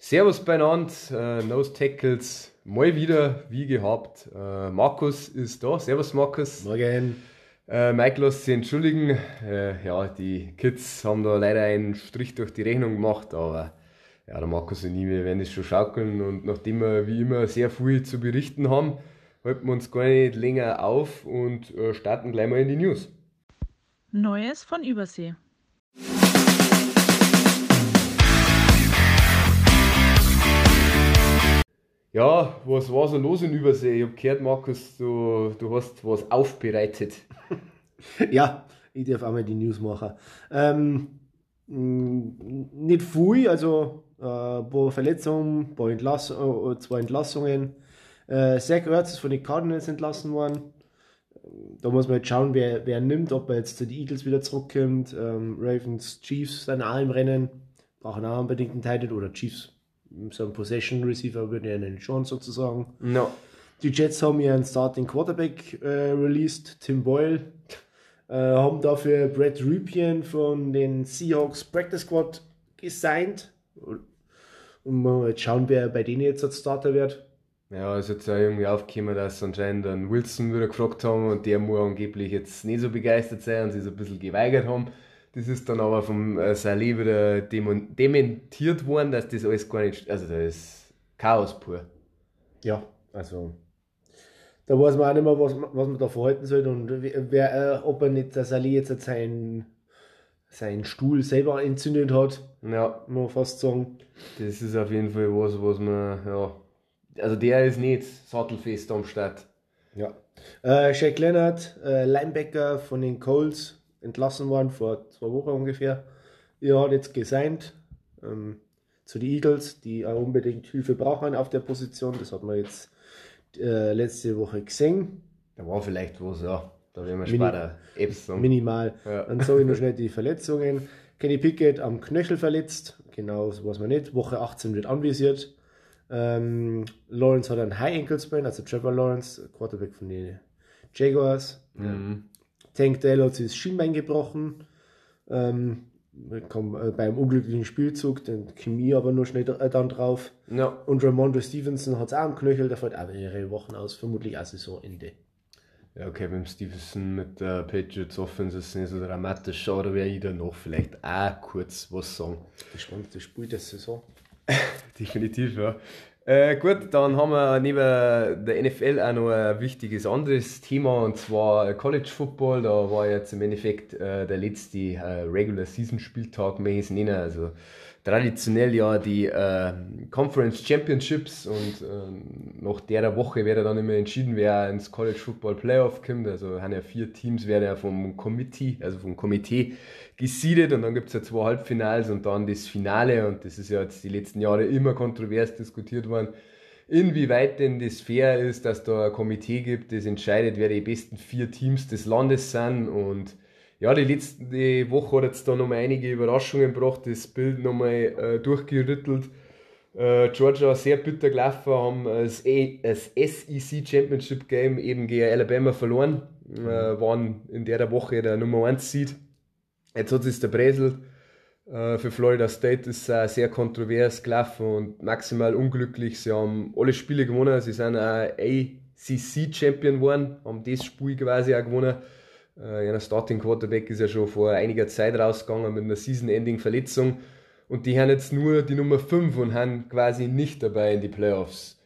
Servus beieinander, Nose Tackles, mal wieder wie gehabt. Markus ist da, servus Markus. Morgen. Mike lässt sich entschuldigen, ja, die Kids haben da leider einen Strich durch die Rechnung gemacht, aber ja, der Markus und ich, wir werden das schon schaukeln und nachdem wir wie immer sehr viel zu berichten haben, halten wir uns gar nicht länger auf und starten gleich mal in die News. Neues von Übersee. Ja, was war so los in Übersee? Ich hab gehört, Markus, du hast was aufbereitet. Ja, ich darf auch mal die News machen. Nicht viel, also ein paar Verletzungen, zwei Entlassungen. Zach Ertz ist von den Cardinals entlassen worden. Da muss man jetzt schauen, wer nimmt, ob er jetzt zu den Eagles wieder zurückkommt. Ravens, Chiefs sind auch im Rennen, brauchen auch unbedingt einen Tight End oder Chiefs. So ein Possession Receiver würde ich nennen, schon sozusagen. No. Die Jets haben ihren Starting Quarterback released, Tim Boyle. Haben dafür Brett Rypien von den Seahawks Practice Squad gesigned. Und mal jetzt schauen, wer bei denen jetzt als Starter wird. Ja, es ist jetzt auch irgendwie aufgekommen, dass anscheinend einen Wilson wieder gefragt haben und der muss angeblich jetzt nicht so begeistert sein und sich so ein bisschen geweigert haben. Das ist dann aber vom Saleh wieder dementiert worden, dass das alles gar nicht, also das ist Chaos pur. Ja, also da weiß man auch nicht mehr, was man da verhalten soll und ob er nicht der Saleh jetzt seinen Stuhl selber entzündet hat, Ja, muss man fast sagen. das ist auf jeden Fall was man, ja, also der ist nicht sattelfest am Start. Ja. Shaq Leonard, Linebacker von den Colts, entlassen worden vor 2 Wochen ungefähr. Er hat jetzt gesigned zu den Eagles, die auch unbedingt Hilfe brauchen auf der Position. Das hat man jetzt letzte Woche gesehen. Da war vielleicht was, ja. Da werden wir Mini- später Apps sagen. Minimal. Ja. Dann sage ich noch schnell die Verletzungen. Kenny Pickett am Knöchel verletzt, genau, so weiß man nicht. Woche 18 wird anvisiert. Lawrence hat einen High Ankle Sprain, also Trevor Lawrence, Quarterback von den Jaguars. Mhm. Tank Dell hat sich das Schienbein gebrochen. Beim unglücklichen Spielzug, den Chemie aber nur schnell dann drauf. Ja. Und Ramondre Stevenson hat es auch am Knöchel, der fällt auch mehrere Wochen aus, vermutlich auch Saisonende. Ja, okay, beim Stevenson mit der Patriots Offense ist es nicht so dramatisch, aber da werde ich dann noch vielleicht auch kurz was sagen. Das spannendste Spiel der Saison. Definitiv, ja. Gut, dann haben wir neben der NFL auch noch ein wichtiges anderes Thema und zwar College Football. Da war jetzt im Endeffekt der letzte Regular Season Spieltag, möchte ich es nennen. Also traditionell ja die Conference Championships und nach der Woche wird dann immer entschieden, wer ins College Football Playoff kommt. Also haben ja 4 Teams, werden ja vom Committee, also vom Komitee gesiedet und dann gibt es ja 2 Halbfinals und dann das Finale und das ist ja jetzt die letzten Jahre immer kontrovers diskutiert worden, inwieweit denn das fair ist, dass da ein Komitee gibt, das entscheidet, wer die besten 4 Teams des Landes sind und ja, die letzte Woche hat jetzt da nochmal einige Überraschungen gebracht, das Bild nochmal durchgerüttelt. Georgia sehr bitter gelaufen, haben das SEC Championship Game eben gegen Alabama verloren, waren in der Woche der Nummer 1 Seed. Jetzt hat es der Bresel. Für Florida State ist es sehr kontrovers gelaufen und maximal unglücklich. Sie haben alle Spiele gewonnen, sie sind auch ACC Champion geworden, haben das Spiel quasi auch gewonnen. Ihr Starting Quarterback ist ja schon vor einiger Zeit rausgegangen mit einer Season-Ending-Verletzung und die haben jetzt nur die Nummer 5 und haben quasi nicht dabei in die Playoffs.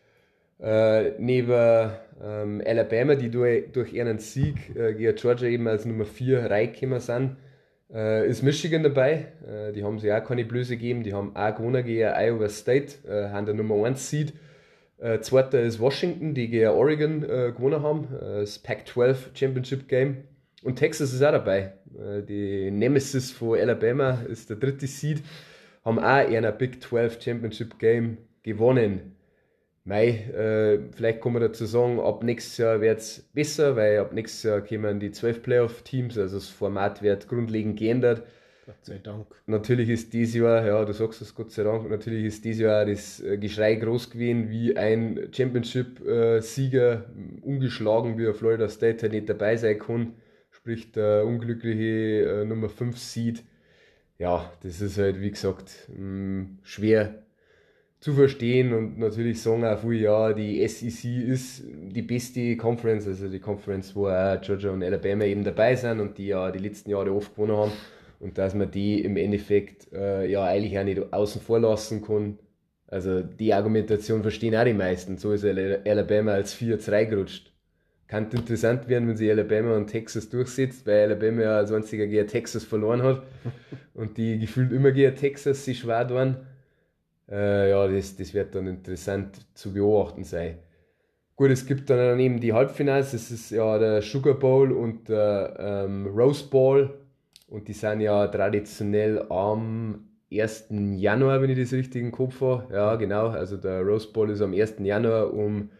Neben Alabama, die durch ihren Sieg gegen Georgia eben als Nummer 4 reingekommen sind, ist Michigan dabei. Die haben sich auch keine Blöße gegeben, die haben auch gewonnen gegen Iowa State, haben der Nummer 1 Seed. Zweiter ist Washington, die gegen Oregon gewonnen haben, das Pac-12 Championship Game. Und Texas ist auch dabei. Die Nemesis von Alabama ist der 3. Seed, haben auch eher ein Big 12 Championship Game gewonnen. Vielleicht kann man dazu sagen, ab nächstes Jahr wird es besser, weil ab nächstes Jahr kommen die 12 Playoff-Teams, also das Format wird grundlegend geändert. Gott sei Dank. Natürlich ist dieses Jahr, ja, du sagst es Gott sei Dank, natürlich ist dieses Jahr das Geschrei groß gewesen, wie ein Championship-Sieger ungeschlagen wie Florida State halt nicht dabei sein kann. Sprich der unglückliche Nummer 5 Seed. Ja, das ist halt, wie gesagt, schwer zu verstehen und natürlich sagen auch viele, ja, die SEC ist die beste Conference, also die Conference, wo auch Georgia und Alabama eben dabei sind und die ja die letzten Jahre oft gewonnen haben und dass man die im Endeffekt ja eigentlich auch nicht außen vor lassen kann. Also die Argumentation verstehen auch die meisten. So ist Alabama als 4-3 gerutscht. Kann interessant werden, wenn sich Alabama und Texas durchsetzt, weil Alabama ja als einziger gegen Texas verloren hat und die gefühlt immer gegen Texas sich schwer tun. Ja, das wird dann interessant zu beobachten sein. Gut, es gibt dann eben die Halbfinals, das ist ja der Sugar Bowl und der Rose Bowl und die sind ja traditionell am 1. Januar, wenn ich das richtig im Kopf habe. Ja, genau, also der Rose Bowl ist am 1. Januar um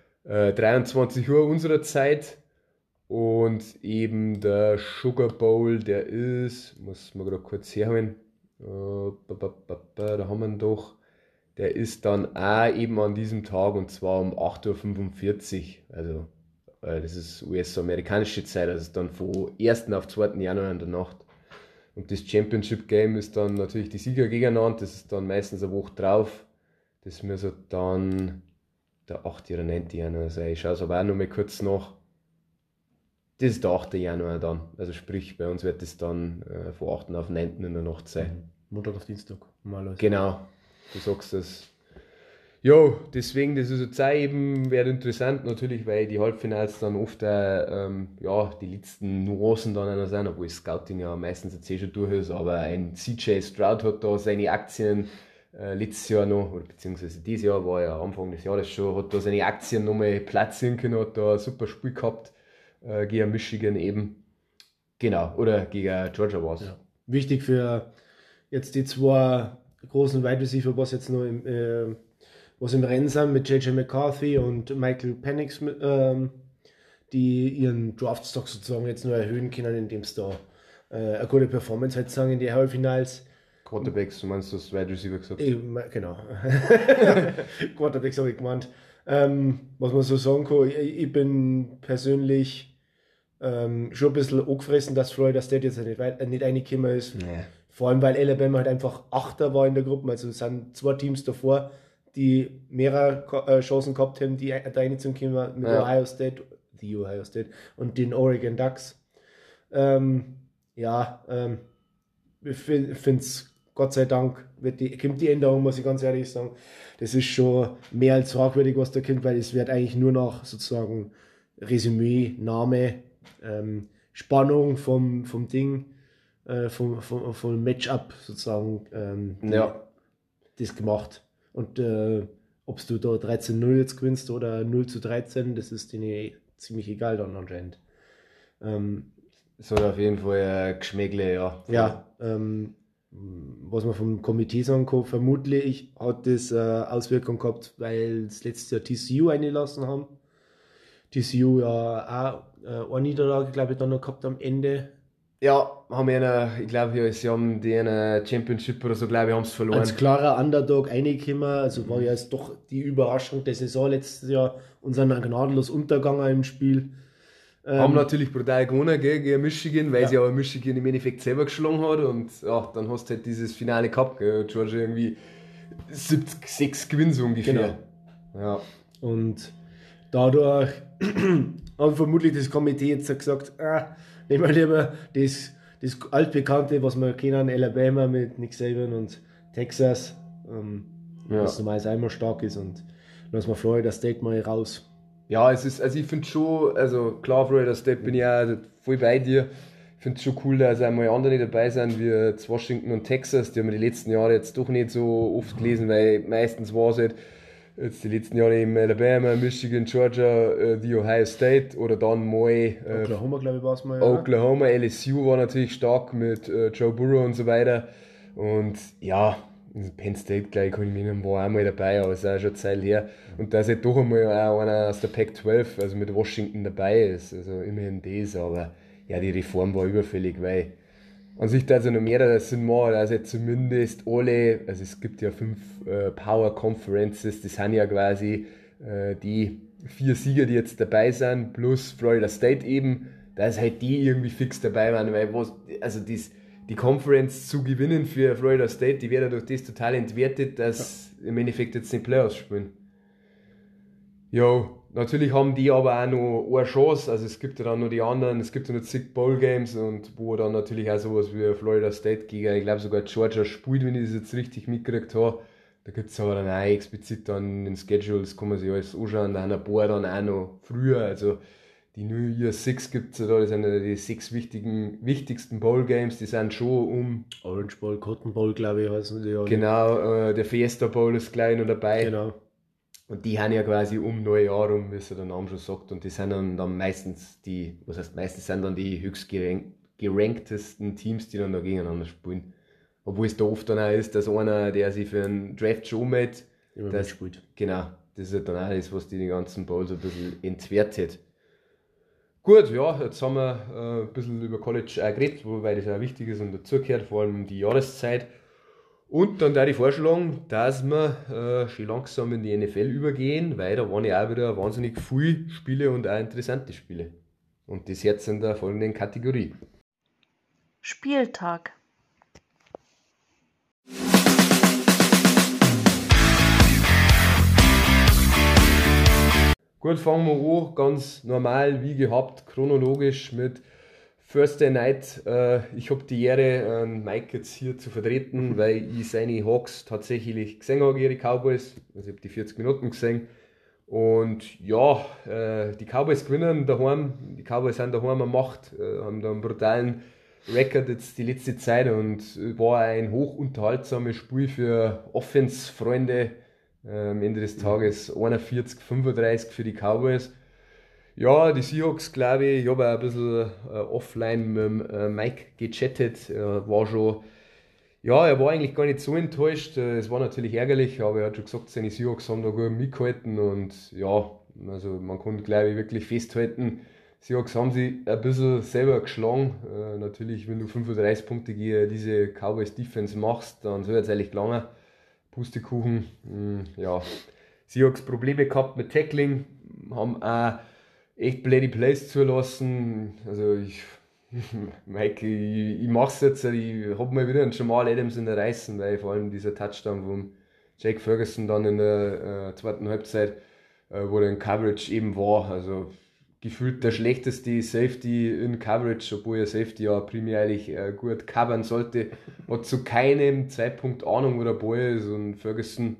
23 Uhr unserer Zeit und eben der Sugar Bowl, der ist, muss man gerade kurz herholen, da haben wir ihn doch. Der ist dann auch eben an diesem Tag und zwar um 8:45 Uhr. Also, das ist US-amerikanische Zeit, also ist dann von 1. auf 2. Januar in der Nacht. Und das Championship Game ist dann natürlich die Sieger gegeneinander, das ist dann meistens eine Woche drauf. Das müsste dann der 8. oder 9. Januar sein. Ich schaue es aber auch noch mal kurz nach. Das ist der 8. Januar dann. Also sprich, bei uns wird das dann von 8. auf 9. in der Nacht sein. Montag auf Dienstag. Mal Genau, du sagst das. Jo, deswegen, das ist jetzt auch eben, wäre interessant natürlich, weil die Halbfinals dann oft ja, die letzten Nuancen dann einer sind, obwohl Scouting ja meistens jetzt schon durch ist, aber ein CJ Stroud hat da seine Aktien letztes Jahr noch, oder beziehungsweise dieses Jahr war ja Anfang des Jahres schon, hat da seine Aktien nochmal platzieren können, hat da ein super Spiel gehabt gegen Michigan eben. Genau, oder gegen Georgia war es. Ja. Wichtig für jetzt die zwei großen Wide Receiver, was jetzt noch was im Rennen sind mit JJ McCarthy und Michael Penix, die ihren Draftstock sozusagen jetzt nur erhöhen können, indem sie da eine gute Performance halt sagen in die Halbfinals. Quarterbacks, du meinst das Wide Receiver gesagt? Genau. Quarterbacks habe ich gemeint. Was man so sagen kann, ich bin persönlich schon ein bisschen angefressen, dass Florida State jetzt nicht reingekommen ist. Nee. Vor allem, weil Alabama halt einfach Achter war in der Gruppe. Also es sind zwei Teams davor, die mehrere Chancen gehabt haben, die da reinzukommen mit Ja. Ohio State und den Oregon Ducks. Ich finde es, Gott sei Dank, kommt die Änderung, muss ich ganz ehrlich sagen. Das ist schon mehr als fragwürdig, was da kommt, weil es wird eigentlich nur noch sozusagen Resümee, Name, Spannung vom Ding, vom Matchup sozusagen das gemacht. Und ob du da 13:0 jetzt gewinnst oder 0:13, das ist denen ziemlich egal dann anscheinend. Es hat auf jeden Fall ein Geschmäckle, ja. Ja, was man vom Komitee sagen kann, vermutlich hat das Auswirkungen gehabt, weil das letzte Jahr TCU eingelassen haben. TCU ja auch eine Niederlage, glaube ich, dann noch gehabt am Ende. Ja, haben ich glaube, sie haben den Championship oder so, glaube ich, haben es verloren. Als klarer Underdog reingekommen, also war ja jetzt doch die Überraschung der Saison letztes Jahr und sind dann gnadenlos untergegangen im Spiel. Haben natürlich brutal gewonnen gegen Michigan, weil sie aber Michigan im Endeffekt selber geschlagen hat und ja, dann hast du halt dieses Finale gehabt, gell? Georgia irgendwie 70-6 gewinnt so ungefähr. Genau. Ja. Und dadurch haben vermutlich das Komitee jetzt gesagt, nehmen wir lieber das altbekannte, was wir kennen, Alabama mit Nick Saban und Texas, was normalerweise einmal stark ist, und lassen wir Florida State mal raus. Ja, es ist, also ich finde schon, also klar, Florida State bin ich auch voll bei dir. Ich finde es schon cool, dass einmal andere dabei sind, wie jetzt Washington und Texas. Die haben wir die letzten Jahre jetzt doch nicht so oft gelesen, weil meistens war es halt jetzt die letzten Jahre eben Alabama, Michigan, Georgia, die Ohio State oder dann mal Oklahoma, glaube ich, war es mal. Oklahoma, LSU war natürlich stark mit Joe Burrow und so weiter. Und ja, Penn State, gleich kann ich mich erinnern, war auch mal dabei, aber es ist auch schon eine Zeit her. Und da ist halt doch einmal auch einer aus der Pac-12, also mit Washington dabei ist, also immerhin das, aber ja, die Reform war überfällig, weil an sich da also noch mehrere Sinn machen, also zumindest alle, also es gibt ja 5 Power Conferences, das sind ja quasi die 4 Sieger, die jetzt dabei sind, plus Florida State eben, dass halt die irgendwie fix dabei waren, weil die die Conference zu gewinnen für Florida State, die werden durch das total entwertet, dass im Endeffekt jetzt den Playoffs spielen. Ja, natürlich haben die aber auch noch eine Chance, also es gibt ja dann noch die anderen, es gibt ja noch zig Bowl Games und wo dann natürlich auch sowas wie Florida State gegen, ich glaube sogar Georgia spielt, wenn ich das jetzt richtig mitgekriegt habe. Da gibt es aber dann auch explizit dann in den Schedules, kann man sich alles anschauen, da haben ein paar dann auch noch früher, also die New Year Six gibt es ja da, das sind ja die 6 wichtigsten Bowl Games, die sind schon um. Orange Bowl, Cotton Bowl, glaube ich, heißen die alle. Genau, der Fiesta Bowl ist gleich noch dabei. Genau. Und die haben ja quasi um Neujahr rum, wie es der Name schon sagt. Und die sind dann meistens sind dann die höchst geranktesten Teams, die dann da gegeneinander spielen. Obwohl es da oft dann auch ist, dass einer, der sich für einen Draft schon meldet, das spielt. Genau, das ist halt dann auch das, was die ganzen Bowls ein bisschen entwertet. Gut, ja, jetzt haben wir ein bisschen über College auch geredet, wobei das auch wichtig ist und dazugehört, vor allem die Jahreszeit. Und dann da die Vorschlagung, dass wir schon langsam in die NFL übergehen, weil da waren ja auch wieder wahnsinnig viele Spiele und auch interessante Spiele. Und das jetzt in der folgenden Kategorie. Spieltag. Gut, fangen wir an, ganz normal wie gehabt, chronologisch mit Thursday Night. Ich habe die Ehre, Mike jetzt hier zu vertreten, weil ich seine Hawks tatsächlich gesehen habe, ihre Cowboys. Also ich habe die 40 Minuten gesehen. Und ja, die Cowboys gewinnen daheim. Die Cowboys sind daheim an Macht, haben da einen brutalen Rekord jetzt die letzte Zeit und war ein hoch unterhaltsames Spiel für Offense-Freunde. Am Ende des Tages 41-35 für die Cowboys. Ja, die Seahawks, glaube ich habe auch ein bisschen offline mit dem Mike gechattet. Er war eigentlich gar nicht so enttäuscht. Es war natürlich ärgerlich, aber er hat schon gesagt, seine Seahawks haben da gut mitgehalten und ja, also man konnte, glaube ich, wirklich festhalten, Seahawks haben sie ein bisschen selber geschlagen. Natürlich, wenn du 35 Punkte gegen diese Cowboys Defense machst, dann soll es eigentlich gelangen. Pustekuchen, ja. Seahawks Probleme gehabt mit Tackling, haben auch echt blöde Plays zulassen. Also Mike, ich mach's jetzt, ich hab mal wieder einen Jamal Adams in der Reißen, weil vor allem dieser Touchdown von Jake Ferguson dann in der zweiten Halbzeit, wo der in Coverage eben war, also gefühlt der schlechteste Safety in Coverage, obwohl er Safety ja primär eigentlich gut covern sollte, hat zu keinem Zeitpunkt Ahnung, wo der Ball ist und Ferguson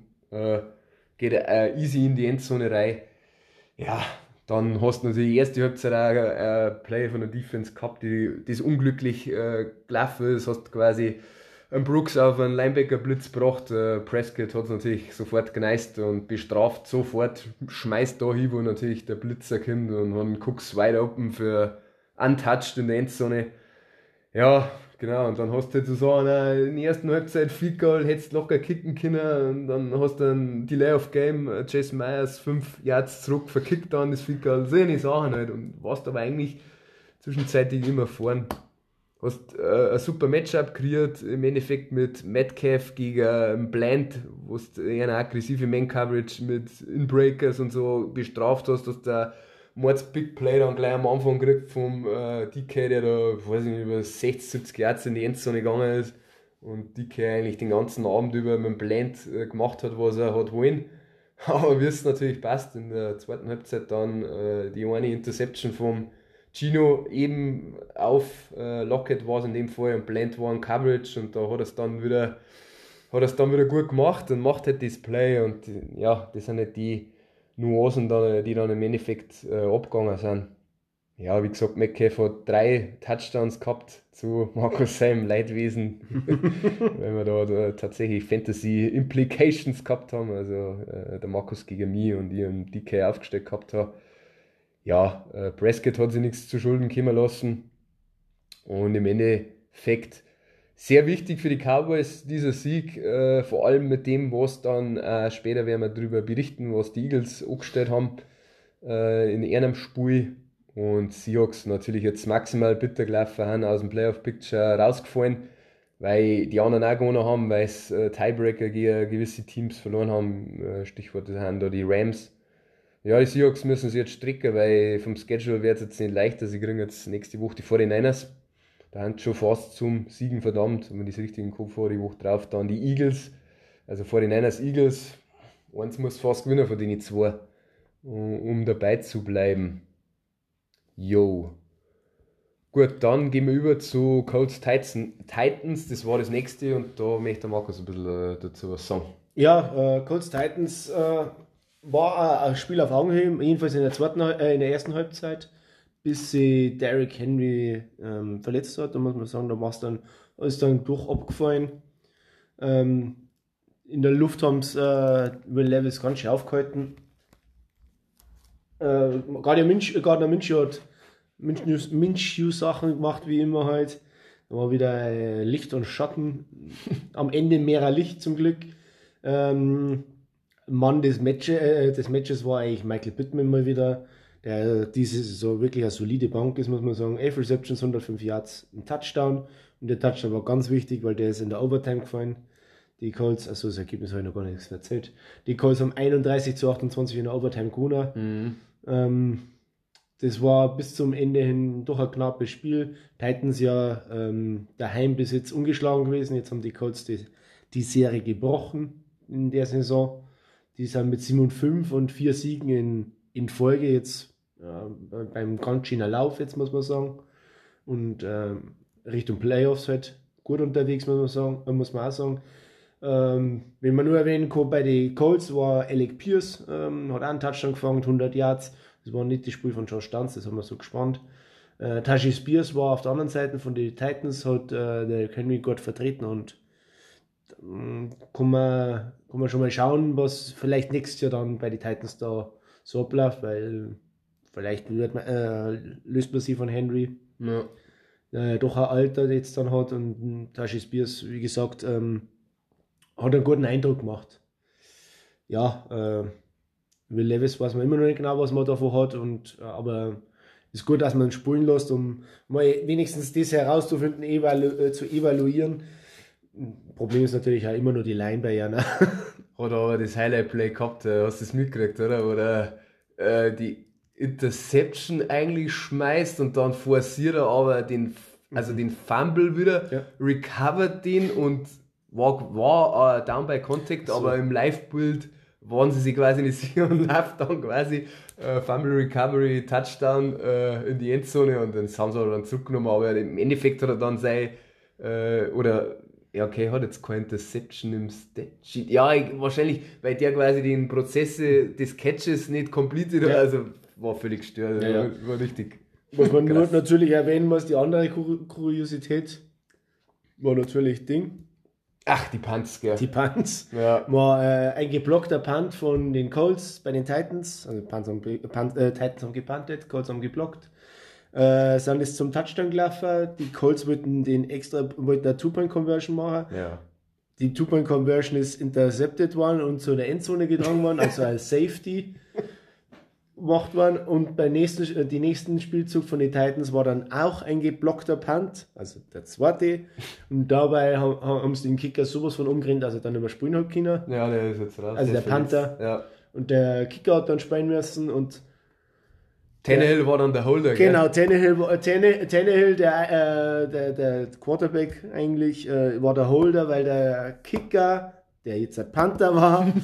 geht easy in die Endzone rein. Ja, dann hast du natürlich die erste Halbzeit auch ein Play von der Defense gehabt, das unglücklich gelaufen ist. Hast quasi einen Brooks auf einen Linebacker-Blitz gebracht. Prescott hat es natürlich sofort geneist und bestraft sofort, schmeißt da hin, wo natürlich der Blitzer kommt und dann Cooks wide open für untouched in der Endzone. Ja, genau, und dann hast du halt so in der ersten Halbzeit Field Goal, hättest locker kicken können und dann hast du ein Delay of Game, Jason Myers 5 Yards zurück, verkickt dann das Field Goal, so eine Sachen halt und warst aber eigentlich zwischenzeitlich immer vorn. Hast ein super Matchup kreiert, im Endeffekt mit Metcalf gegen Bland, wo du eine aggressive Man-Coverage mit Inbreakers und so bestraft hast, dass der Mords Big Play dann gleich am Anfang kriegt vom DK, der da, weiß ich nicht, über 60, 70 Yards in die Endzone gegangen ist und DK eigentlich den ganzen Abend über mit dem Bland gemacht hat, was er hat wollen. Aber wie es natürlich passt, in der zweiten Halbzeit dann die eine Interception vom Gino eben auf Lockett war es in dem Fall und Bland war in Coverage und da hat er es dann wieder gut gemacht und macht halt das Play und ja, das sind nicht die Nuancen, die dann im Endeffekt abgegangen sind. Ja, wie gesagt, Metcalf hat 3 Touchdowns gehabt zu Markus seinem Leidwesen, weil wir da tatsächlich Fantasy Implications gehabt haben, also der Markus gegen mich und ich im DK aufgestellt gehabt habe. Ja, Prescott hat sich nichts zu Schulden kommen lassen und im Endeffekt sehr wichtig für die Cowboys dieser Sieg, vor allem mit dem, was dann später werden wir darüber berichten, was die Eagles angestellt haben in einem Spiel und Seahawks natürlich jetzt maximal bitter gelaufen haben, aus dem Playoff-Picture rausgefallen, weil die anderen auch gewonnen haben, weil es Tiebreaker gegen gewisse Teams verloren haben, Stichwort sind da die Rams. Ja, die Seahawks müssen sich jetzt strecken, weil vom Schedule wird es jetzt nicht leichter. Sie kriegen jetzt nächste Woche die 49ers. Da haben sie schon fast zum Siegen verdammt, wenn ich das richtig im Kopf habe, die Woche drauf. Dann die Eagles, also 49ers Eagles. Eins muss fast gewinnen von den zwei, um dabei zu bleiben. Jo. Gut, dann gehen wir über zu Colts Titans. Das war das nächste und da möchte Markus ein bisschen dazu was sagen. Ja, Colts Titans war ein Spiel auf Augenhöhe, jedenfalls in der ersten Halbzeit, bis sie Derrick Henry verletzt hat. Da muss man sagen, da ist dann durch abgefallen. In der Luft haben sie Will Levis ganz schön aufgehalten. Gardner Minshew hat Minshew-Sachen gemacht, wie immer halt. Da war wieder Licht und Schatten. Am Ende mehrer Licht zum Glück. Mann des Matches war eigentlich Michael Pittman mal wieder, der diese Saison wirklich eine solide Bank ist, muss man sagen. 11 Receptions, 105 Yards, ein Touchdown. Und der Touchdown war ganz wichtig, weil der ist in der Overtime gefallen. Die Colts, also das Ergebnis habe ich noch gar nichts erzählt. Die Colts haben 31-28 in der Overtime gewonnen. Das war bis zum Ende hin doch ein knappes Spiel. Titans ja daheim bis jetzt ungeschlagen gewesen. Jetzt haben die Colts die Serie gebrochen in der Saison. Die sind mit 7-5 und 4 Siegen in Folge jetzt beim ganz schönen Lauf, jetzt muss man sagen. Und Richtung Playoffs halt gut unterwegs, muss man auch sagen. Wenn man nur erwähnen kann, bei den Colts war Alec Pierce, hat auch einen Touchdown gefangen, 100 Yards. Das war nicht das Spiel von Josh Downs, das haben wir so gespannt. Tashi Spears war auf der anderen Seite von den Titans, hat der Henry Gott vertreten und kann man schon mal schauen, was vielleicht nächstes Jahr dann bei den Titans da so abläuft, weil vielleicht löst man sie von Henry. Ja. Doch ein Alter jetzt dann hat und Tashi Spears, wie gesagt, hat einen guten Eindruck gemacht. Ja, Will Levis weiß man immer noch nicht genau, was man davon hat, aber es ist gut, dass man ihn spielen lässt, um mal wenigstens das herauszufinden, zu evaluieren. Problem ist natürlich auch immer nur die Line bei Jana. Hat aber das Highlight-Play gehabt, hast du das mitgekriegt, oder? Wo er die Interception eigentlich schmeißt und dann forciert er aber den Fumble wieder, recovert den und war down by contact, so. Aber im Live-Bild waren sie sich quasi nicht sicher und läuft dann quasi Fumble Recovery, Touchdown in die Endzone und das haben sie dann zurückgenommen, aber im Endeffekt hat er dann hat jetzt keine Interception im Statsheet. Ja, wahrscheinlich, weil der quasi den Prozess des Catches nicht completed hat, also war völlig gestört, war richtig. Was man nur natürlich erwähnen muss, die andere Kuriosität war natürlich Ach, die Punts, gell. Die Punts. Ja. War ein geblockter Punt von den Colts bei den Titans. Also Titans haben gepuntet, Colts haben geblockt. Sind jetzt zum Touchdown gelaufen. Die Colts wollten eine Two-Point-Conversion machen. Ja. Die Two-Point-Conversion ist intercepted worden und zu der Endzone getragen worden, also als Safety gemacht worden. Und die nächsten Spielzug von den Titans war dann auch ein geblockter Punt, also der zweite. Und dabei haben sie den Kicker sowas von umgerannt, dass er dann überspielen hat können. Ja, der ist jetzt raus. Also der Panther. Ja. Und der Kicker hat dann spielen müssen und Tannehill war dann der Holder, genau, gell? Tannehill, der Quarterback eigentlich, war der Holder, weil der Kicker, der jetzt der Panther war,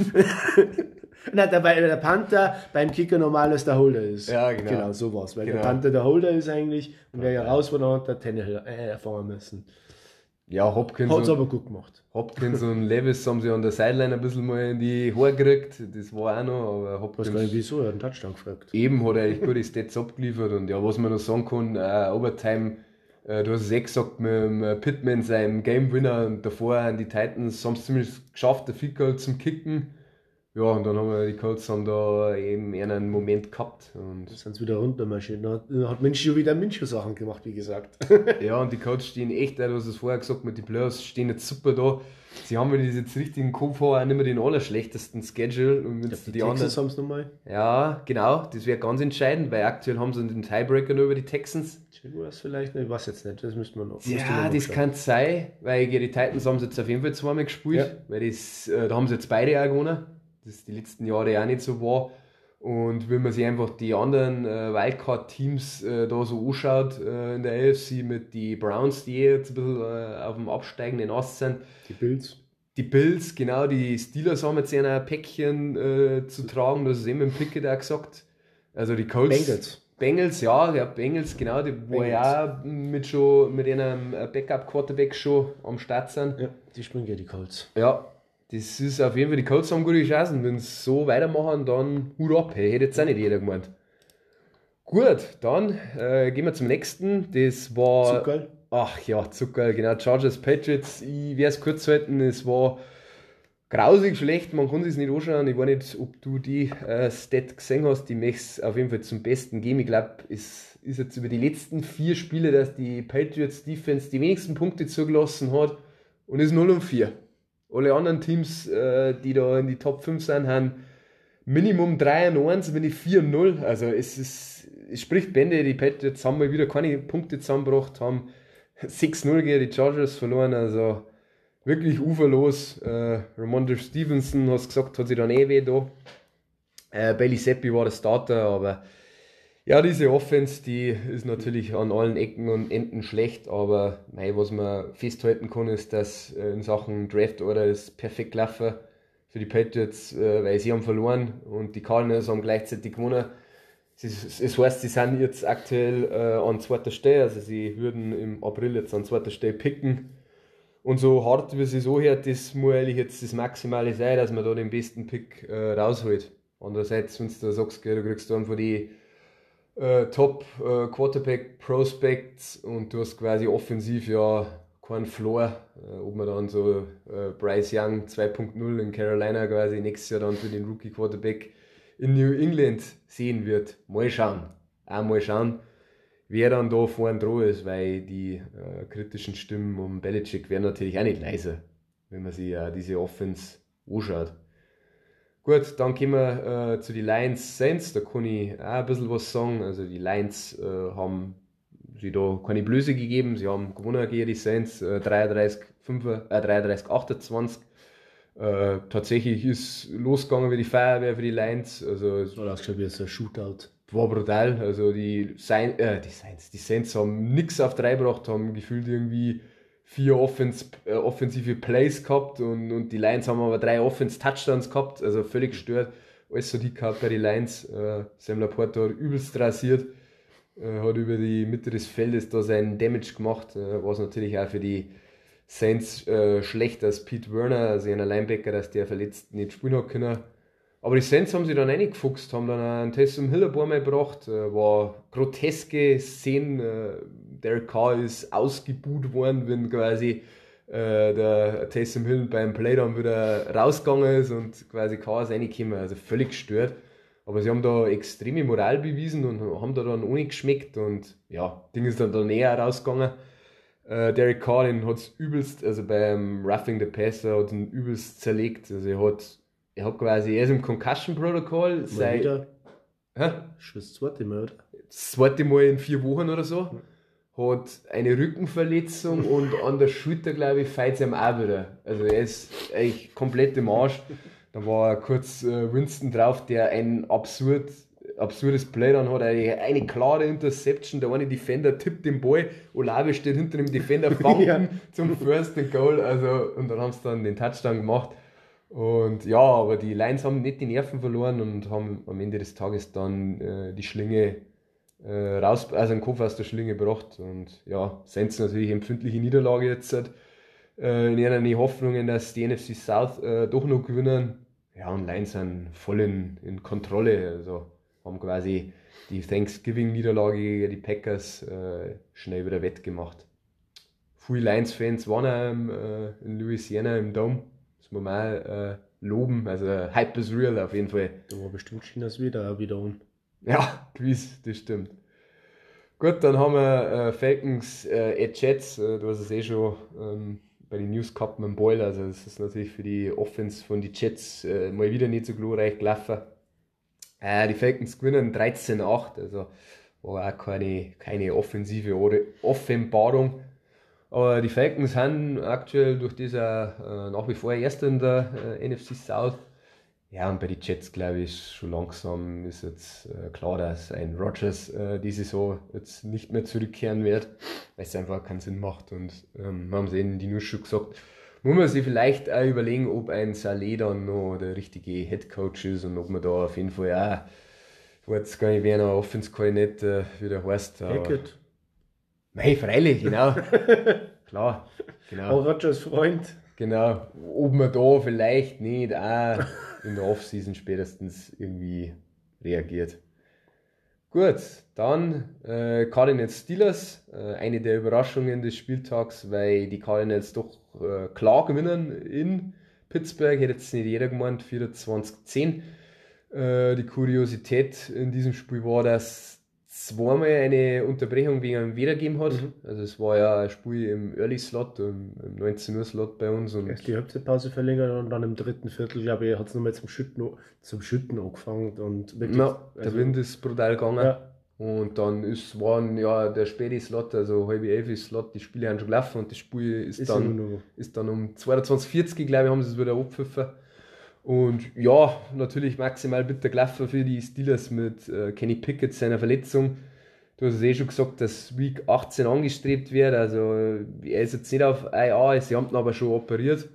nein, der Panther beim Kicker normalerweise der Holder ist. Ja, genau. Genau, so war's, weil der Panther der Holder ist eigentlich und wer ja raus war, dann hat der Tannehill erfahren müssen. Ja, Hopkins hat's aber gut gemacht. Hopkins und Levis haben sie an der Sideline ein bisschen mal in die Haare gekriegt, das war auch noch, aber Hopkins... Ich weiß gar nicht, wieso, er hat einen Touchdown gefragt. Eben, hat er eigentlich gute Stats abgeliefert und ja, was man noch sagen kann, Overtime, du hast es gesagt, mit Pittman, seinem Game Winner und davor an die Titans, haben es zumindest geschafft, der Field Goal zum Kicken. Ja, und dann haben die Colts da eben einen Moment gehabt. Und dann sind sie wieder runtermarschiert. Da hat Minshew wieder Minshew-Sachen gemacht, wie gesagt. Ja, und die Colts stehen echt, du hast es vorher gesagt, mit den Playoffs stehen jetzt super da. Sie haben, wenn ich jetzt richtig im Kopf habe, auch nicht mehr den allerschlechtesten Schedule. Und die Texans haben es nochmal. Ja, genau, das wäre ganz entscheidend, weil aktuell haben sie den Tiebreaker nur über die Texans. Jaguars vielleicht, ich weiß jetzt nicht, das müsste man noch. Ja, das kann sein, weil gegen die Titans haben sie jetzt auf jeden Fall zweimal gespielt, weil da haben sie jetzt beide auch gewonnen. Das die letzten Jahre auch nicht so war. Und wenn man sich einfach die anderen Wildcard-Teams da so anschaut in der AFC mit den Browns, die jetzt ein bisschen auf dem absteigenden Ast sind. Die Bills. Die Bills, genau, die Steelers haben jetzt ein Päckchen zu tragen, das ist eben im Pickett auch gesagt. Also die Colts. Bengals, ja, Bengals, genau, die wo ja mit einem Backup-Quarterback schon am Start sind. Ja, die springen ja die Colts. Ja, das ist auf jeden Fall, die Colts haben gute Chancen. Wenn sie so weitermachen, dann Hut ab. Hey, hätte jetzt auch nicht jeder gemeint. Gut, dann gehen wir zum nächsten. Das war. Zuckerl. Ach ja, Zuckerl, genau. Chargers Patriots. Ich werde es kurz halten. Es war grausig schlecht. Man kann es nicht anschauen. Ich weiß nicht, ob du die Stat gesehen hast. Ich möchte es auf jeden Fall zum Besten geben. Ich glaube, es ist jetzt über die letzten 4 Spiele, dass die Patriots Defense die wenigsten Punkte zugelassen hat und ist 0-4. Alle anderen Teams, die da in die Top 5 sind, haben Minimum 3-1, wenn nicht 4-0. Also es spricht Bände, die Patriots haben mal wieder keine Punkte zusammengebracht, haben 6-0 gegen die Chargers verloren, also wirklich uferlos. Ramondre Stevenson, hast gesagt, hat sich dann weh da. Bailey Zappi war der Starter, aber ja, diese Offense, die ist natürlich an allen Ecken und Enden schlecht, aber was man festhalten kann, ist, dass in Sachen Draft Order ist perfekt gelaufen für die Patriots, weil sie haben verloren und die Cardinals haben gleichzeitig gewonnen. Es heißt, sie sind jetzt aktuell an 2. Stelle, also sie würden im April jetzt an 2. Stelle picken. Und so hart wie sie so hört, das muss eigentlich jetzt das Maximale sein, dass man da den besten Pick rausholt. Andererseits, wenn du da sagst, du kriegst dann von die Top Quarterback Prospects und du hast quasi offensiv ja keinen Floor, ob man dann so Bryce Young 2.0 in Carolina quasi nächstes Jahr dann für den Rookie Quarterback in New England sehen wird. Mal schauen. Auch mal schauen, wer dann da vorne dran ist, weil die kritischen Stimmen um Belichick werden natürlich auch nicht leiser, wenn man sich diese Offense anschaut. Gut, dann kommen wir zu den Lions Saints, da kann ich auch ein bisschen was sagen. Also die Lions haben sie da keine Blöße gegeben, sie haben gewonnen gegen die Saints, 33-28. Tatsächlich ist losgegangen wie die Feuerwehr für die Lions. Also Es war ausgeschaut wie ein Shootout. war brutal. Also die Saints haben nichts auf 3 gebracht, haben gefühlt irgendwie 4 offensive Plays gehabt und die Lions haben aber 3 Offense-Touchdowns gehabt, also völlig gestört. Alles so die gehabt bei den Lions. Sam Laporta hat übelst rasiert, hat über die Mitte des Feldes da seinen Damage gemacht, was natürlich auch für die Saints schlecht, dass Pete Werner, also ein Linebacker, dass der verletzt nicht spielen hat können. Aber die Saints haben sich dann reingefuchst, haben dann einen Taysom Hill ein paar Mal gebracht, war groteske Szenen, Derek Carr ist ausgebuht worden, wenn quasi der Taysom Hill beim Play dann wieder rausgegangen ist und quasi Carr ist reingekommen, also völlig gestört. Aber sie haben da extreme Moral bewiesen und haben da dann ohne geschmeckt und ja, Ding ist dann da näher rausgegangen. Derek Carr, den hat es übelst, also beim Roughing the Passer hat ihn übelst zerlegt, also er ist im Concussion-Protokoll seit... Schon das zweite Mal, oder? Das zweite Mal in 4 Wochen oder so. Hat eine Rückenverletzung und an der Schulter, glaube ich, fällt es ihm auch wieder. Also er ist eigentlich komplett im Arsch. Dann war kurz Winston drauf, der ein absurdes Play dann hat. Eine klare Interception, der eine Defender tippt den Ball, Olave steht hinter dem Defender, fangt ihn zum First and Goal. Also, und dann haben sie dann den Touchdown gemacht. Und ja, aber die Lions haben nicht die Nerven verloren und haben am Ende des Tages dann die Schlinge also den Kopf aus der Schlinge gebracht. Und ja, Saints natürlich empfindliche Niederlage jetzt in ihren Hoffnungen, dass die NFC South doch noch gewinnen. Ja, und Lions sind voll in Kontrolle. Also haben quasi die Thanksgiving-Niederlage gegen die Packers schnell wieder wettgemacht. Viele Lions-Fans waren auch in Louisiana im Dome. Das muss man auch loben. Also Hype is real auf jeden Fall. Da war bestimmt Chinas wieder um. Ja, gewiss, das stimmt. Gut, dann haben wir Falcons Jets. Du hast es eh schon bei den News gehabt mit dem Ball. Also das ist natürlich für die Offense von den Jets mal wieder nicht so glorreich gelaufen. Die Falcons gewinnen 13-8, also war auch keine offensive Offenbarung. Aber die Falcons haben aktuell durch dieser nach wie vor Erster in der NFC South Ja, und bei den Jets, glaube ich, schon langsam ist jetzt klar, dass ein Rodgers die Saison jetzt nicht mehr zurückkehren wird, weil es einfach keinen Sinn macht. Und wir haben es eben die News schon gesagt, muss man sich vielleicht auch überlegen, ob ein Saleh dann noch der richtige Headcoach ist und ob man da auf jeden Fall auch, ich weiß jetzt gar nicht, wer noch Offense-Koordinator wieder heißt. Hackett. Nein, freilich, genau. Klar, genau. Auch Rodgers Freund. Genau, ob man da vielleicht nicht auch in der Offseason spätestens irgendwie reagiert. Gut, dann Cardinals Steelers, eine der Überraschungen des Spieltags, weil die Cardinals doch klar gewinnen in Pittsburgh, hätte jetzt nicht jeder gemeint, 24-10. Die Kuriosität in diesem Spiel war, dass zweimal eine Unterbrechung wegen einem Wetter gegeben hat. Also es war ja ein Spiel im Early Slot, im 19 Uhr Slot bei uns. Und Erst die Halbzeitpause verlängert und dann im dritten Viertel, glaube ich, hat es nochmal zum Schütten angefangen. Und wirklich, der Wind ist brutal gegangen. Ja. Und dann waren ja der späte Slot, also halb 11 Slot, die Spiele haben schon gelaufen und das Spiel ist dann um 22:40, glaube ich, haben sie es wieder abgepfiffen. Und ja, natürlich maximal bitter gelaufen für die Steelers mit Kenny Pickett seiner Verletzung. Du hast es eh schon gesagt, dass Week 18 angestrebt wird. Also er ist jetzt nicht auf IA, sie haben ihn aber schon operiert.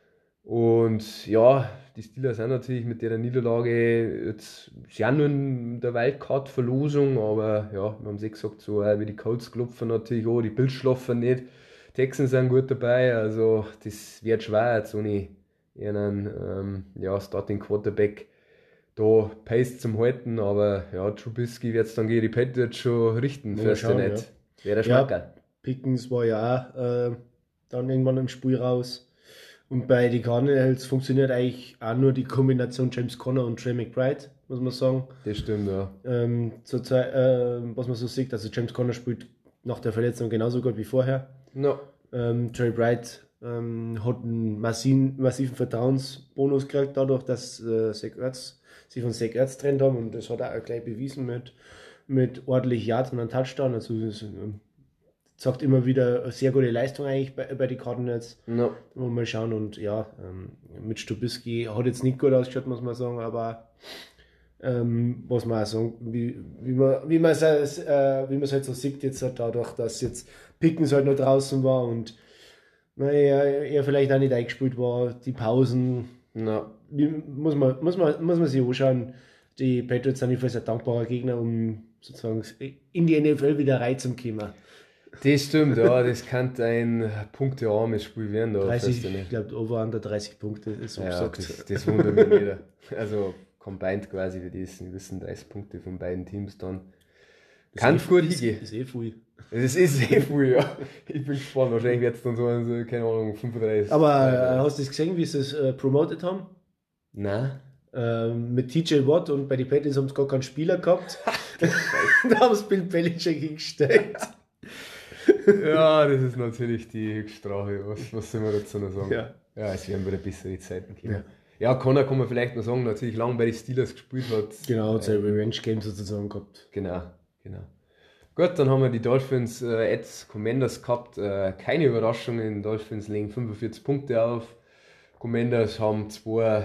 Und ja, die Steelers sind natürlich mit der Niederlage jetzt sehr nur in der Wildcard-Verlosung, aber ja, wir haben es eh gesagt, so wie die Colts klopfen natürlich auch, die Bills schlafen nicht. Texans sind gut dabei, also das wird schwer jetzt ohne einen Starting Quarterback da Pace zum halten, aber ja, Trubisky wird es dann gegen die Patriots schon richten, fürst du nicht. Wäre der Schmacker. Pickens war ja auch dann irgendwann im Spiel raus. Und bei den Cardinals funktioniert eigentlich auch nur die Kombination James Conner und Trey McBride, muss man sagen. Das stimmt, ja. Zurzeit, was man so sieht, also James Conner spielt nach der Verletzung genauso gut wie vorher. No. Trey Bright hat einen massiven Vertrauensbonus gekriegt, dadurch, dass Zach Ertz sich von Zach Ertz getrennt haben, und das hat er auch gleich bewiesen mit ordentlich Yards und einem Touchdown. Also das sagt immer wieder eine sehr gute Leistung eigentlich bei den Cardinals. No. Wollen wir mal schauen, und ja, mit Trubisky hat jetzt nicht gut ausgeschaut, muss man sagen, aber was man auch sagen, wie man es halt so sieht jetzt dadurch, dass jetzt Pickens halt noch draußen war und er vielleicht auch nicht eingespielt war, die Pausen, No. muss man sich anschauen. Die Patriots sind jedenfalls ein dankbarer Gegner, um sozusagen in die NFL wieder reinzukommen. Das stimmt, ja, das kann ein punktearmes Spiel werden. Da 30, ich glaube, over under 30 Punkte ist so gesagt. Das wundert mich nicht. Also combined quasi für das, wir wissen 30 Punkte von beiden Teams dann. Kann gut hingehen. Das ist eh viel. Das ist eh viel, ja. Ich bin gespannt, wahrscheinlich wird es dann so, keine Ahnung, 35. Aber hast du das gesehen, wie sie es promotet haben? Nein. Mit TJ Watt, und bei den Patriots haben sie gar keinen Spieler gehabt. Da haben sie Bill Belichick hingestellt. Ja, das ist natürlich die Höchststrafe. Was soll man dazu noch sagen? Ja, es werden wieder bessere Zeiten kommen. Ja, Connor kann man vielleicht noch sagen, natürlich lange bei den Steelers gespielt hat. Genau, hat sein Revenge-Game sozusagen gehabt. Genau. Gut, dann haben wir die Dolphins at Commanders gehabt. Keine Überraschungen, die Dolphins legen 45 Punkte auf. Commanders haben zwei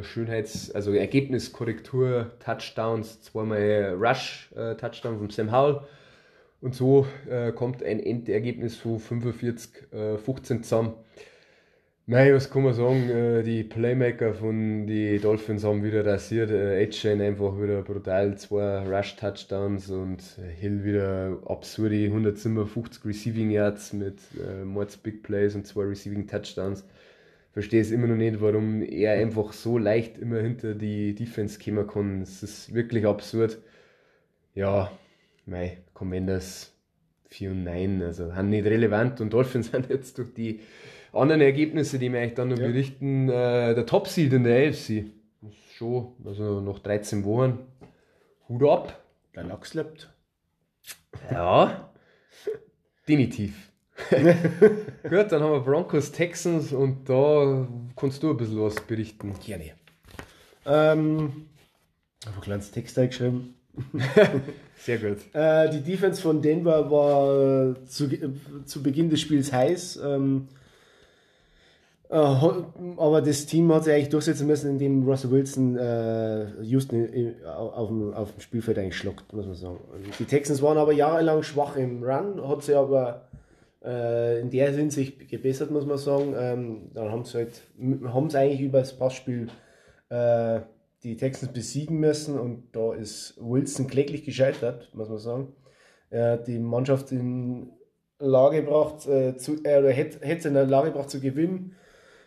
Ergebniskorrektur-Touchdowns, zweimal Rush-Touchdown von Sam Howell. Und so kommt ein Endergebnis von 45-15 zusammen. Was kann man sagen? Die Playmaker von den Dolphins haben wieder rasiert. Etienne einfach wieder brutal, 2 Rush-Touchdowns und Hill wieder absurde 157 Receiving Yards mit Mords Big Plays und 2 Receiving Touchdowns. Verstehe es immer noch nicht, warum er einfach so leicht immer hinter die Defense kommen kann. Es ist wirklich absurd. Ja, Commanders 4-9, also sind nicht relevant, und Dolphins sind jetzt durch die anderen Ergebnisse, die wir eigentlich dann noch berichten, der Top-Seed in der AFC. Das ist schon, also nach 13 Wochen, Hut ab. Der Lachs lebt. Ja, definitiv. Gut, dann haben wir Broncos Texans, und da kannst du ein bisschen was berichten. Gerne. Ich habe ein kleines Text eingeschrieben. Sehr gut. Die Defense von Denver war zu Beginn des Spiels heiß. Aber das Team hat sich eigentlich durchsetzen müssen, indem Russell Wilson Houston auf dem Spielfeld eigentlich schluckt, muss man sagen. Und die Texans waren aber jahrelang schwach im Run, hat sie aber in der Hinsicht gebessert, muss man sagen. Dann haben sie eigentlich über das Passspiel die Texans besiegen müssen und da ist Wilson kläglich gescheitert, muss man sagen. Die Mannschaft in Lage gebracht, oder hätte es in der Lage gebracht zu gewinnen.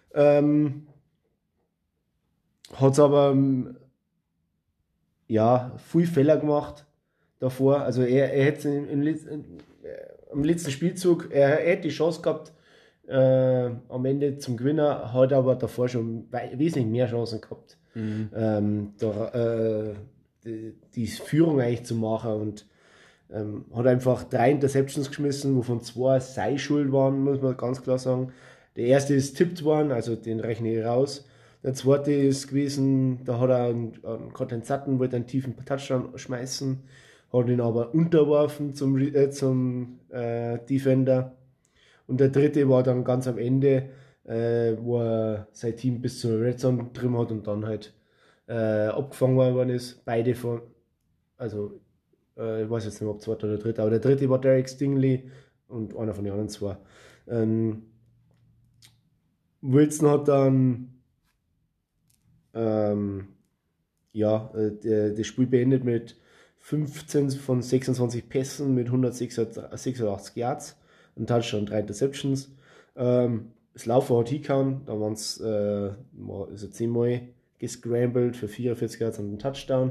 Hat es aber viel Fehler gemacht davor. Also er hätte im letzten Spielzug, er hätte die Chance gehabt am Ende zum Gewinner, hat aber davor schon wesentlich mehr Chancen gehabt, die Führung eigentlich zu machen und hat einfach 3 Interceptions geschmissen, wovon 2 sei schuld waren, muss man ganz klar sagen. Der erste ist tippt worden, also den rechne ich raus. Der zweite ist gewesen, da hat er einen Cortland Sutton, wollte einen tiefen Touchdown schmeißen, hat ihn aber unterworfen zum Defender. Und der dritte war dann ganz am Ende, wo er sein Team bis zur Red Zone drin hat und dann halt abgefangen worden ist. Beide von, also ich weiß jetzt nicht, ob zweiter oder dritter, aber der dritte war Derek Stingley und einer von den anderen zwei. Wilson hat dann das Spiel beendet mit 15 von 26 Pässen mit 186 Yards, ein Touchdown, 3 Interceptions. Das Laufen hat hingehauen, da waren es 10 Mal gescrambled für 44 Yards und einen Touchdown.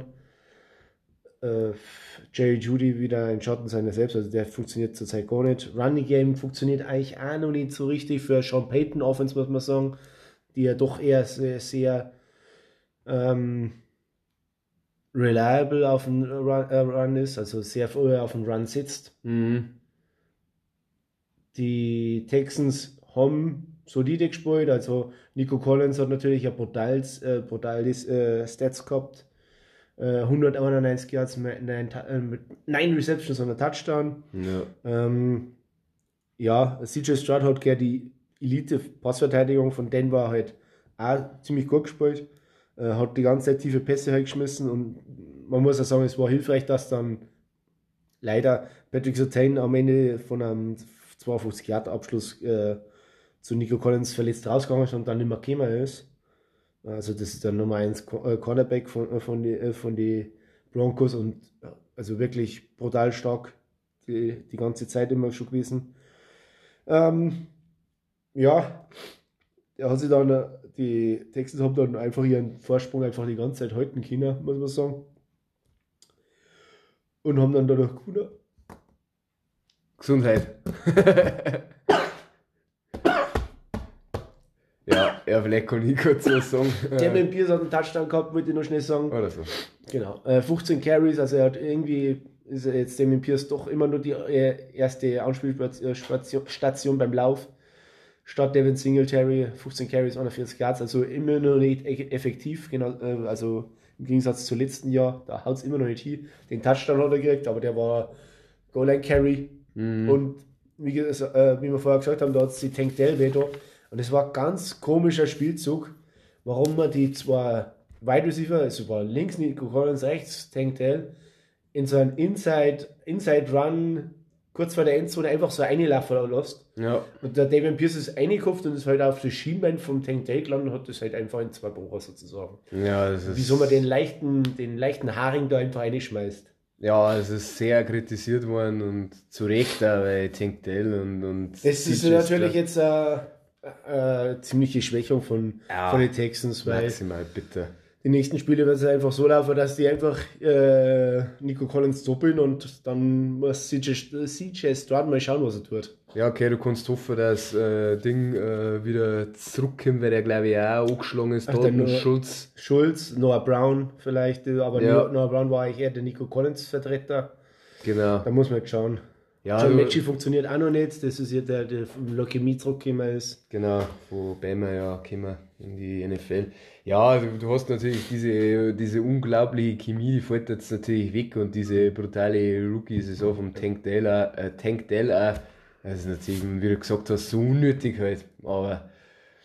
Jerry Jeudy wieder ein Schatten seiner selbst, also der funktioniert zurzeit gar nicht. Running Game funktioniert eigentlich auch noch nicht so richtig für Sean Payton Offense, muss man sagen, die ja doch eher sehr, sehr reliable auf den Run ist, also sehr früh auf den Run sitzt. Die Texans haben solide gespielt, also Nico Collins hat natürlich ein brutales Stats gehabt. 191 Yards mit 9 Receptions und ein Touchdown. CJ Stroud hat gerne die Elite-Passverteidigung von Denver halt auch ziemlich gut gespielt. Hat die ganze Zeit tiefe Pässe halt geschmissen und man muss auch sagen, es war hilfreich, dass dann leider Patrick Surtain am Ende von einem 52-Yard-Abschluss zu Nico Collins verletzt rausgegangen ist und dann nicht mehr gekommen ist. Also das ist der Nummer 1 Cornerback von die Broncos und also wirklich brutal stark die ganze Zeit immer schon gewesen. Er hat sich dann, die Texans haben dann einfach ihren Vorsprung einfach die ganze Zeit halten können, muss man sagen. Und haben dann dadurch gewonnen. Gesundheit. Ja, vielleicht kann ich kurz was sagen. Damien Pierce hat einen Touchdown gehabt, wollte ich noch schnell sagen. Oder so. Genau. 15 Carries, also er hat irgendwie, ist jetzt Damien Pierce doch immer nur die erste Anspielstation beim Lauf. Statt Devin Singletary, 15 Carries, 41 Yards, also immer noch nicht effektiv, genau, also im Gegensatz zum letzten Jahr, da haut es immer noch nicht hin. Den Touchdown hat er gekriegt, aber der war Goal-Line-Carry. Und wie wir vorher gesagt haben, da hat es die Tank Dell wieder. Und es war ein ganz komischer Spielzug, warum man die zwei Wide Receiver, also war links Nico Collins, rechts Tank Dell, in so einen Inside Run kurz vor der Endzone einfach so reinlaufen lässt. Ja. Und der David Pierce ist reingekauft und ist halt auf das Schienbein vom Tank Dell gelandet und hat das halt einfach in 2 Bunker sozusagen. Ja, das ist... Wieso man den leichten Haring da einfach reinschmeißt. Ja, es ist sehr kritisiert worden und zu Recht auch, weil Tank Dell und das ist natürlich jetzt eine ziemliche Schwächung von den Texans, weil maximal bitte. Die nächsten Spiele wird es einfach so laufen, dass die einfach Nico Collins doppeln und dann muss CJ Stroud mal schauen, was er tut. Ja, okay, du kannst hoffen, dass Ding wieder zurückkommt, weil der glaube ich auch angeschlagen ist. Schulz, Noah Brown vielleicht, aber Noah Brown war eigentlich eher der Nico Collins Vertreter. Genau. Da muss man jetzt schauen. Ja, John Mechie funktioniert auch noch nicht, das ist ja der vom Leukämie zurückgekommen ist. Genau, wo Bama ja gekommen in die NFL. Ja, du hast natürlich diese unglaubliche Chemie, die fällt jetzt natürlich weg und diese brutale Rookie-Saison vom Tank Dell auch. Das ist natürlich, wie du gesagt hast, so unnötig halt, aber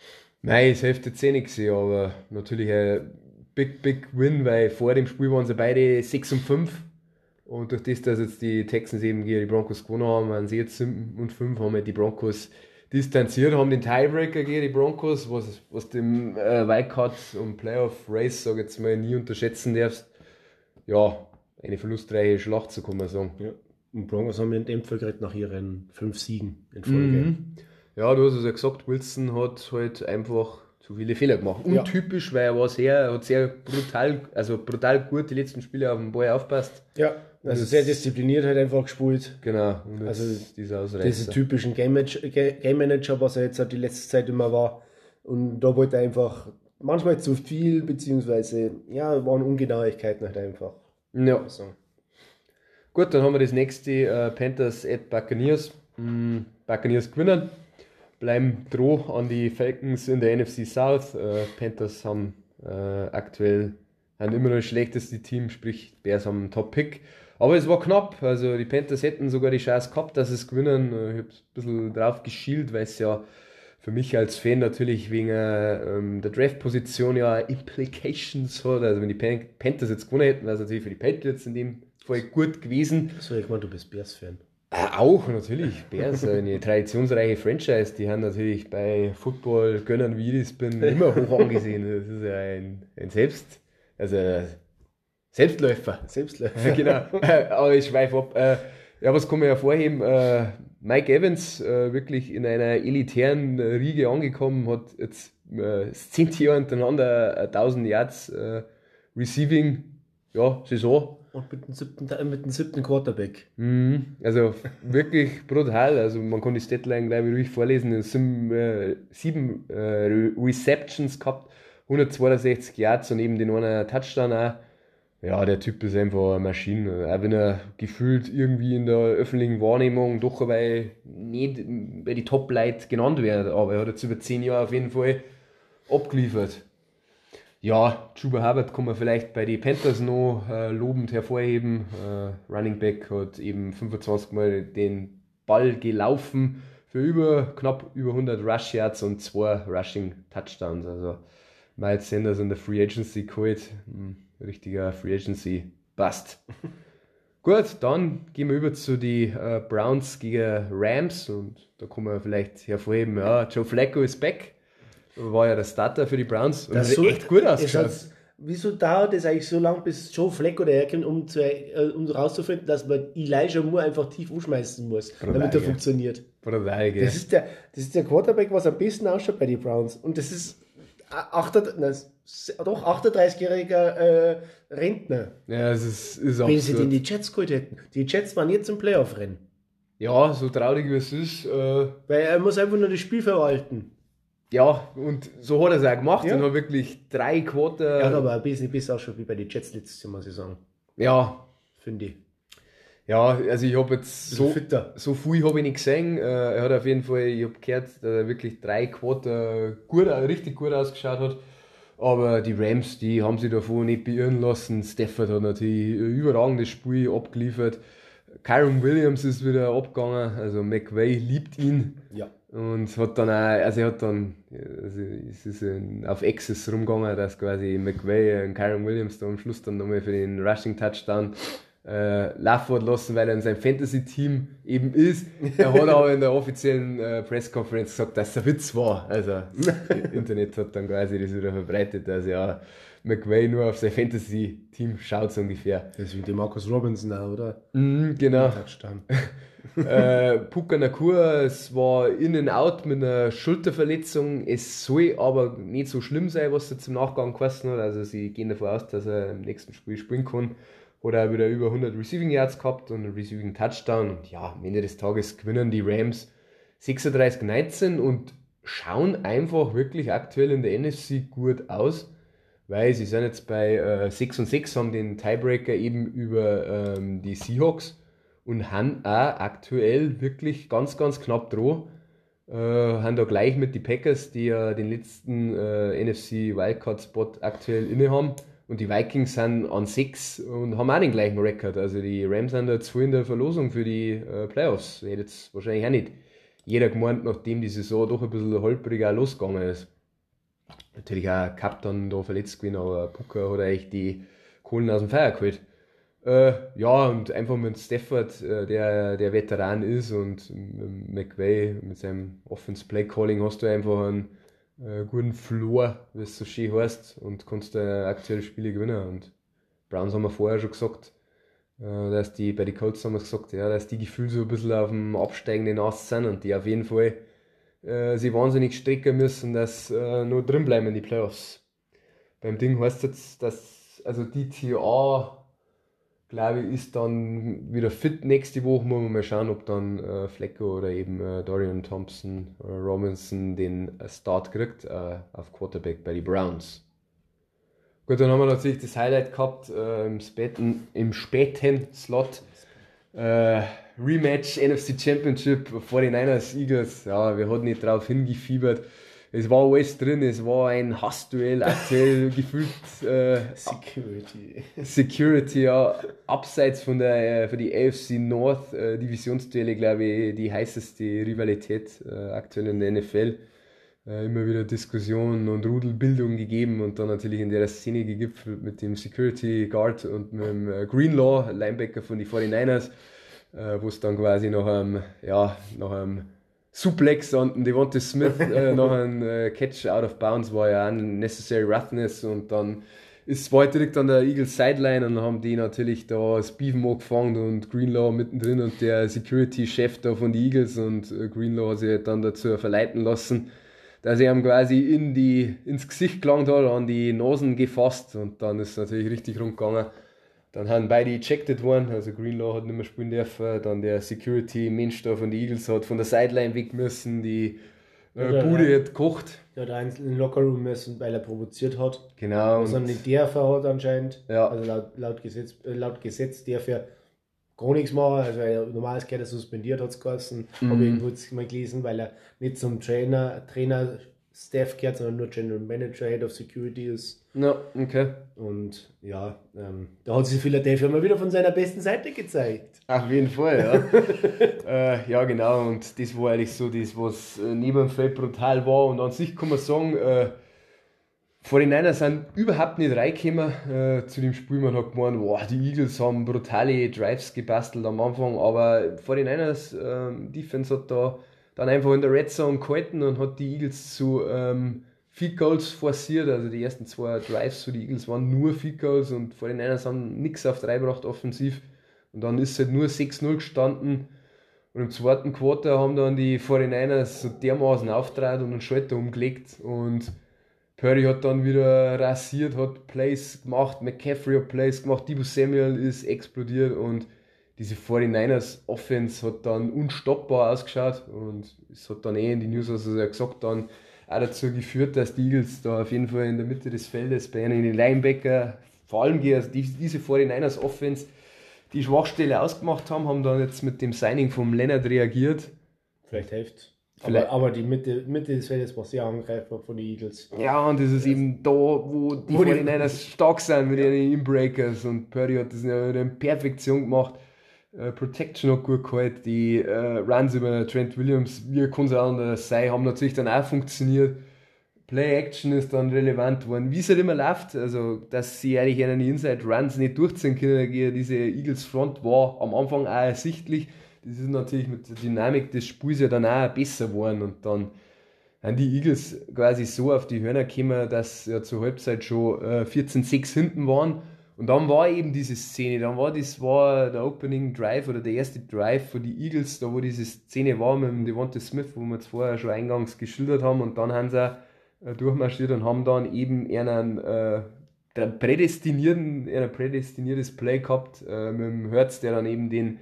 Nein, das Hälfte jetzt eh nicht gesehen, aber natürlich ein Big Win, weil vor dem Spiel waren sie beide 6-5. Und durch das, dass jetzt die Texans eben gegen die Broncos gewonnen haben, waren sie jetzt 7-5, haben halt die Broncos distanziert, haben den Tiebreaker gegen die Broncos, was dem Wildcard und Playoff Race, sag ich jetzt mal, nie unterschätzen darfst. Ja, eine verlustreiche Schlacht, so kann man sagen. Ja. Und Broncos haben in dem Fall gerade nach ihren 5 Siegen in Folge. Ja, du hast es ja gesagt, Wilson hat halt einfach zu viele Fehler gemacht. Untypisch, weil er war hat sehr brutal gut die letzten Spiele auf den Ball aufpasst. Ja, also sehr diszipliniert halt einfach gespielt. Genau, und also diese typischen Game Manager, was er jetzt halt die letzte Zeit immer war. Und da wollte er einfach manchmal zu viel, beziehungsweise ja, waren Ungenauigkeiten halt einfach. Ja. Also. Gut, dann haben wir das nächste Panthers at Buccaneers. Buccaneers gewinnen. Bleiben droh an die Falcons in der NFC South. Panthers haben aktuell immer noch das schlechteste Team, sprich Bears haben einen Top-Pick. Aber es war knapp, also die Panthers hätten sogar die Chance gehabt, dass sie es gewinnen. Ich habe ein bisschen drauf geschielt, weil es ja für mich als Fan natürlich wegen der Draft-Position ja Implications hat. Also wenn die Panthers jetzt gewonnen hätten, wäre es natürlich für die Patriots in dem Fall gut gewesen. So, ich meine, du bist Bears-Fan. Auch natürlich, Bears, eine traditionsreiche Franchise, die haben natürlich bei Football-Gönnern, wie ich das bin, immer hoch angesehen. Das ist ja ein Selbstläufer. Genau, aber ich schweife ab. Ja, was kann man hervorheben? Mike Evans, wirklich in einer elitären Riege angekommen, hat jetzt das 10. Jahr hintereinander 1000 Yards Receiving Saison. Und mit dem siebten Quarterback. Also wirklich brutal. Also man kann die Statline gleich ruhig vorlesen. Es sind 7 Receptions gehabt, 162 Yards und eben den einen Touchdown auch. Ja, der Typ ist einfach eine Maschine. Auch wenn er gefühlt irgendwie in der öffentlichen Wahrnehmung doch dabei nicht bei die Top-Leute genannt wird. Aber er hat jetzt über 10 Jahre auf jeden Fall abgeliefert. Ja, Chuba Hubbard kann man vielleicht bei den Panthers noch lobend hervorheben. Running Back hat eben 25 Mal den Ball gelaufen für knapp über 100 Rush Yards und 2 Rushing Touchdowns. Also Miles Sanders in der Free Agency geholt. Richtiger Free Agency Bust. Gut, dann gehen wir über zu den Browns gegen Rams und da kann man vielleicht hervorheben, ja, Joe Flacco ist back. War ja der Starter für die Browns und das hat echt gut ausgeschaut. Wieso dauert es eigentlich so lange, bis Joe Flacco daherkommt, um rauszufinden, dass man Elijah Moore einfach tief umschmeißen muss, damit er funktioniert? Das ist der Quarterback, was am besten ausschaut bei den Browns. Und das ist 38-jähriger Rentner. Ja, es ist wenn sie den die Jets geholt hätten. Die Jets waren jetzt im Playoff-Rennen. Ja, so traurig wie es ist. Weil er muss einfach nur das Spiel verwalten. Ja, und so hat er es auch gemacht und hat wirklich 3 Quarter. Er hat aber ein bisschen besser ausschaut wie bei den Jets letztes Jahr, muss ich sagen. Ja. Finde ich. Ja, also ich habe jetzt so viel habe ich nicht gesehen. Er hat auf jeden Fall, ich habe gehört, dass er wirklich 3 Quarter richtig gut ausgeschaut hat. Aber die Rams, die haben sich davon nicht beirren lassen. Stafford hat natürlich ein überragendes Spiel abgeliefert. Kyron Williams ist wieder abgegangen, also McVay liebt ihn. Ja. Und hat dann auch, es ist auf Access rumgegangen, dass quasi McVay und Kyron Williams da am Schluss dann nochmal für den Rushing Touchdown laufen hat lassen, weil er in seinem Fantasy-Team eben ist. Er hat aber in der offiziellen Presskonferenz gesagt, dass es ein Witz war. Also das Internet hat dann quasi das wieder verbreitet, dass ja McVay nur auf sein Fantasy-Team schaut, so ungefähr. Deswegen die Marcus Robinson auch, oder? Genau. Puka Nakua, es war in and out mit einer Schulterverletzung. Es soll aber nicht so schlimm sein, was jetzt im Nachgang geheißen hat. Also sie gehen davon aus, dass er im nächsten Spiel spielen kann. Hat er wieder über 100 Receiving Yards gehabt und einen Receiving Touchdown. Und ja, am Ende des Tages gewinnen die Rams 36-19 und schauen einfach wirklich aktuell in der NFC gut aus. Weil sie sind jetzt bei 6-6, haben den Tiebreaker eben über die Seahawks und haben auch aktuell wirklich ganz, ganz knapp dran. Haben da gleich mit den Packers, die ja den letzten NFC Wildcard-Spot aktuell inne haben. Und die Vikings sind an 6 und haben auch den gleichen Rekord. Also die Rams sind jetzt voll in der Verlosung für die Playoffs. Hätte jetzt wahrscheinlich auch nicht jeder gemeint, nachdem die Saison doch ein bisschen holprig auch losgegangen ist. Natürlich auch Captain da verletzt gewesen, aber Booker hat eigentlich die Kohlen aus dem Feuer geholt. Ja, und einfach mit Stafford, der Veteran ist, und mit McVay mit seinem Offense Play Calling hast du einfach einen guten Floor, wie es so schön heißt, und kannst aktuelle Spiele gewinnen. Und Browns haben wir vorher schon gesagt, dass die, bei den Colts haben wir gesagt, ja, dass die Gefühle so ein bisschen auf dem absteigenden Ast sind und die auf jeden Fall sie wahnsinnig strecken müssen, dass nur drin bleiben in die Playoffs. Beim Ding heißt jetzt, dass also die TA, glaube ich, ist dann wieder fit nächste Woche. Muss man mal schauen, ob dann Flacco oder eben Dorian Thompson oder Robinson den Start kriegt auf Quarterback bei den Browns. Gut, dann haben wir natürlich das Highlight gehabt im späten Slot. Rematch NFC Championship 49ers Eagles. Ja, wir hatten nicht drauf hingefiebert. Es war alles drin, es war ein Hassduell, aktuell gefühlt Security, ja. Abseits von für die AFC North Divisionsduelle, glaube ich, die heißeste Rivalität aktuell in der NFL. Immer wieder Diskussionen und Rudelbildung gegeben und dann natürlich in der Szene gegipfelt mit dem Security Guard und mit dem Greenlaw, Linebacker von den 49ers, wo es dann quasi nach einem Suplex und Devonta Smith nach einem Catch out of bounds war ja ein Necessary Roughness, und dann war direkt an der Eagles Sideline und haben die natürlich da das Beefen angefangen und Greenlaw mittendrin und der Security-Chef da von den Eagles, und Greenlaw hat sich dann dazu verleiten lassen, dass er ihm quasi ins Gesicht gelangt hat, an die Nasen gefasst, und dann ist es natürlich richtig rund gegangen. Dann haben beide ejected worden, also Greenlaw hat nicht mehr spielen dürfen, dann der Security-Mensch da von den Eagles hat von der Sideline weg müssen, die Bude hat gekocht. Der hat eins in den Lockerroom müssen, weil er provoziert hat. Genau. Was er nicht dürfen hat anscheinend. Ja. Also laut Gesetz darf er gar nichts machen. Also normalerweise gehört er suspendiert, hat es geheißen. Habe ich irgendwo mal gelesen, weil er nicht zum Trainer-Staff gehört, sondern nur General Manager, Head of Security ist. Ja, okay. Und ja, da hat sich Philadelphia mal wieder von seiner besten Seite gezeigt. Auf jeden Fall, ja. Ja, genau. Und das war eigentlich so das, was neben dem Feld brutal war. Und an sich kann man sagen, 49ers sind überhaupt nicht reingekommen zu dem Spiel. Man hat gemeint, wow, die Eagles haben brutale Drives gebastelt am Anfang, aber 49ers Defense hat da dann einfach in der Red Zone gehalten und hat die Eagles zu Field Goals forciert. Also die ersten zwei Drives für die Eagles waren nur Field Goals und 49ers haben nichts auf 3 gebracht offensiv. Und dann ist es halt nur 6-0 gestanden. Und im zweiten Quarter haben dann die 49ers so dermaßen aufgetragen und einen Schalter umgelegt. Und Purdy hat dann wieder rasiert, hat Plays gemacht, McCaffrey hat Plays gemacht, Deebo Samuel ist explodiert und diese 49ers Offense hat dann unstoppbar ausgeschaut. Und es hat dann in die News, also er gesagt, dann auch dazu geführt, dass die Eagles da auf jeden Fall in der Mitte des Feldes bei ihnen in den Linebacker, vor allem diese 49ers Offense, die Schwachstelle ausgemacht haben dann jetzt mit dem Signing vom Leonard reagiert. Vielleicht hilft. Aber die Mitte des Feldes war sehr angreifbar von den Eagles. Ja, und das ist eben da, wo die 49ers stark sind mit ihren Inbreakers, und Purdy hat das in Perfektion gemacht. Protection hat gut gehalten, die Runs über Trent Williams, wie kann es anders sein, haben natürlich dann auch funktioniert. Play-Action ist dann relevant geworden, wie es halt immer läuft, also dass sie eigentlich einen Inside-Runs nicht durchziehen können. Diese Eagles Front war am Anfang auch ersichtlich, das ist natürlich mit der Dynamik des Spiels ja dann auch besser geworden, und dann haben die Eagles quasi so auf die Hörner gekommen, dass ja zur Halbzeit schon 14-6 hinten waren. Und dann war eben diese Szene, das war der Opening Drive oder der erste Drive für die Eagles, da wo diese Szene war mit dem Devonta Smith, wo wir es vorher schon eingangs geschildert haben, und dann haben sie durchmarschiert und haben dann eben ein prädestiniertes Play gehabt mit dem Hurts, der dann eben den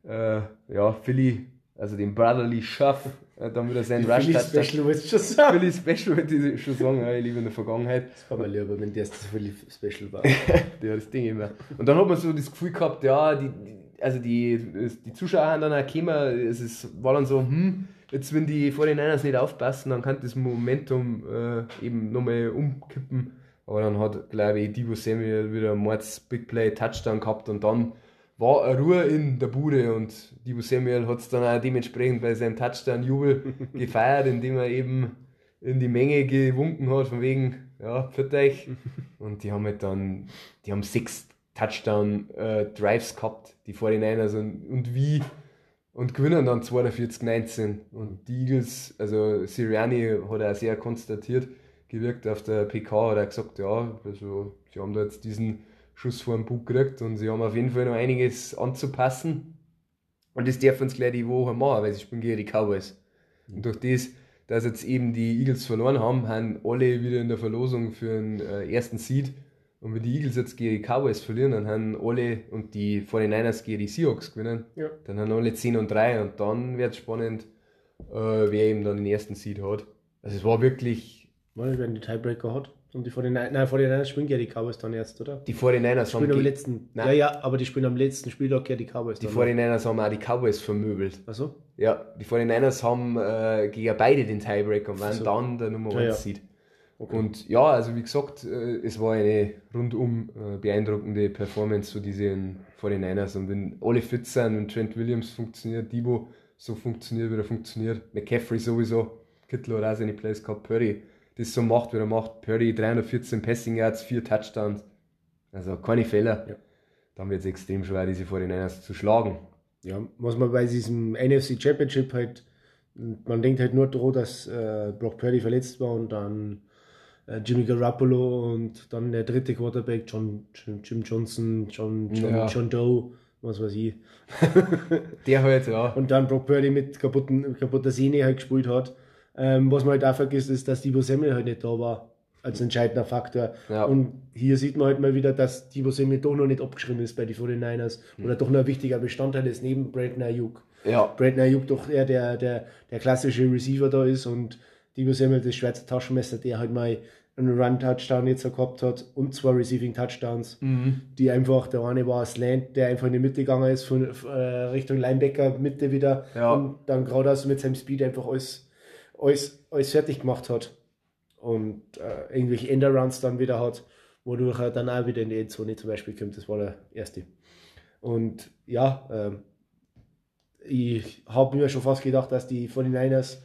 Philly, also den Brotherly Shuff, dann wieder sein Rush Philly Special willst du schon sagen? Philly Special würde ich schon sagen, ja, ich liebe in der Vergangenheit. Das war mir lieber, wenn das Philly Special war. Ja, das Ding immer. Und dann hat man so das Gefühl gehabt, ja, die Zuschauer haben dann auch gekommen, war dann so, jetzt wenn die 49ers nicht aufpassen, dann kann das Momentum eben nochmal umkippen. Aber dann hat, glaube ich, Deebo Samuel wieder ein Mords Big Play Touchdown gehabt, und dann war eine Ruhe in der Bude, und Deebo Samuel hat es dann auch dementsprechend bei seinem Touchdown-Jubel gefeiert, indem er eben in die Menge gewunken hat, von wegen, ja, pfiat euch. Und die haben halt dann, die haben 6 Touchdown-Drives gehabt, die 49ers und gewinnen dann 42-19. Und die Eagles, also Sirianni hat auch sehr konstatiert gewirkt auf der PK, hat er gesagt, ja, also sie haben da jetzt diesen Schuss vor den Bug gekriegt und sie haben auf jeden Fall noch einiges anzupassen. Und das dürfen sie gleich die Woche machen, weil sie spielen gegen die Cowboys. Und durch das, dass jetzt eben die Eagles verloren haben, haben alle wieder in der Verlosung für den ersten Seed. Und wenn die Eagles jetzt gegen die Cowboys verlieren, dann haben alle und die 49ers gegen die Seahawks gewinnen. Ja. Dann haben alle 10-3 und dann wird es spannend, wer eben dann den ersten Seed hat. Also es war wirklich... Weil wenn die Tiebreaker hat. Und die 49ers spielen ja die Cowboys dann erst, oder? Die 49ers spielen am letzten. Nein. Ja, aber die spielen am letzten Spieltag ja die Cowboys. Die 49ers haben auch die Cowboys vermöbelt. Achso? Ja, die 49ers haben gegen beide den Tiebreaker und waren dann der Nummer 1 Seed. Okay. Und ja, also wie gesagt, es war eine rundum beeindruckende Performance zu diesen 49ers. Und wenn alle fit sind, wenn Trent Williams funktioniert, Debo so funktioniert, wie er funktioniert, McCaffrey sowieso, Kittel hat auch seine Plays gehabt, Purdy das so macht, wie er macht, Purdy 314 Passing Yards, 4 Touchdowns, also keine Fehler. Ja. Dann wird es extrem schwer, diese 49ers zu schlagen. Ja, was man bei diesem NFC Championship halt, man denkt halt nur daran, dass Brock Purdy verletzt war und dann Jimmy Garoppolo und dann der dritte Quarterback, Jim Johnson, John Doe, was weiß ich. Der halt, ja. Und dann Brock Purdy mit kaputter Sehne halt gespielt hat. Was man halt auch vergisst, ist, dass Deebo Samuel halt nicht da war, als entscheidender Faktor. Ja. Und hier sieht man halt mal wieder, dass Deebo Samuel doch noch nicht abgeschrieben ist bei den 49ers oder doch noch ein wichtiger Bestandteil ist neben Brandon Ayuk. Ja. Brandon Ayuk doch eher der klassische Receiver da ist und Deebo Samuel das Schweizer Taschenmesser, der halt mal einen Run-Touchdown jetzt gehabt hat und 2 Receiving-Touchdowns, die einfach, der eine war Slant, der einfach in die Mitte gegangen ist, von Richtung Linebacker, Mitte wieder und dann geradeaus mit seinem Speed einfach alles fertig gemacht hat und irgendwelche Endarounds dann wieder hat, wodurch er dann auch wieder in die Endzone zum Beispiel kommt. Das war der erste. Und ja, ich habe mir schon fast gedacht, dass die 49ers,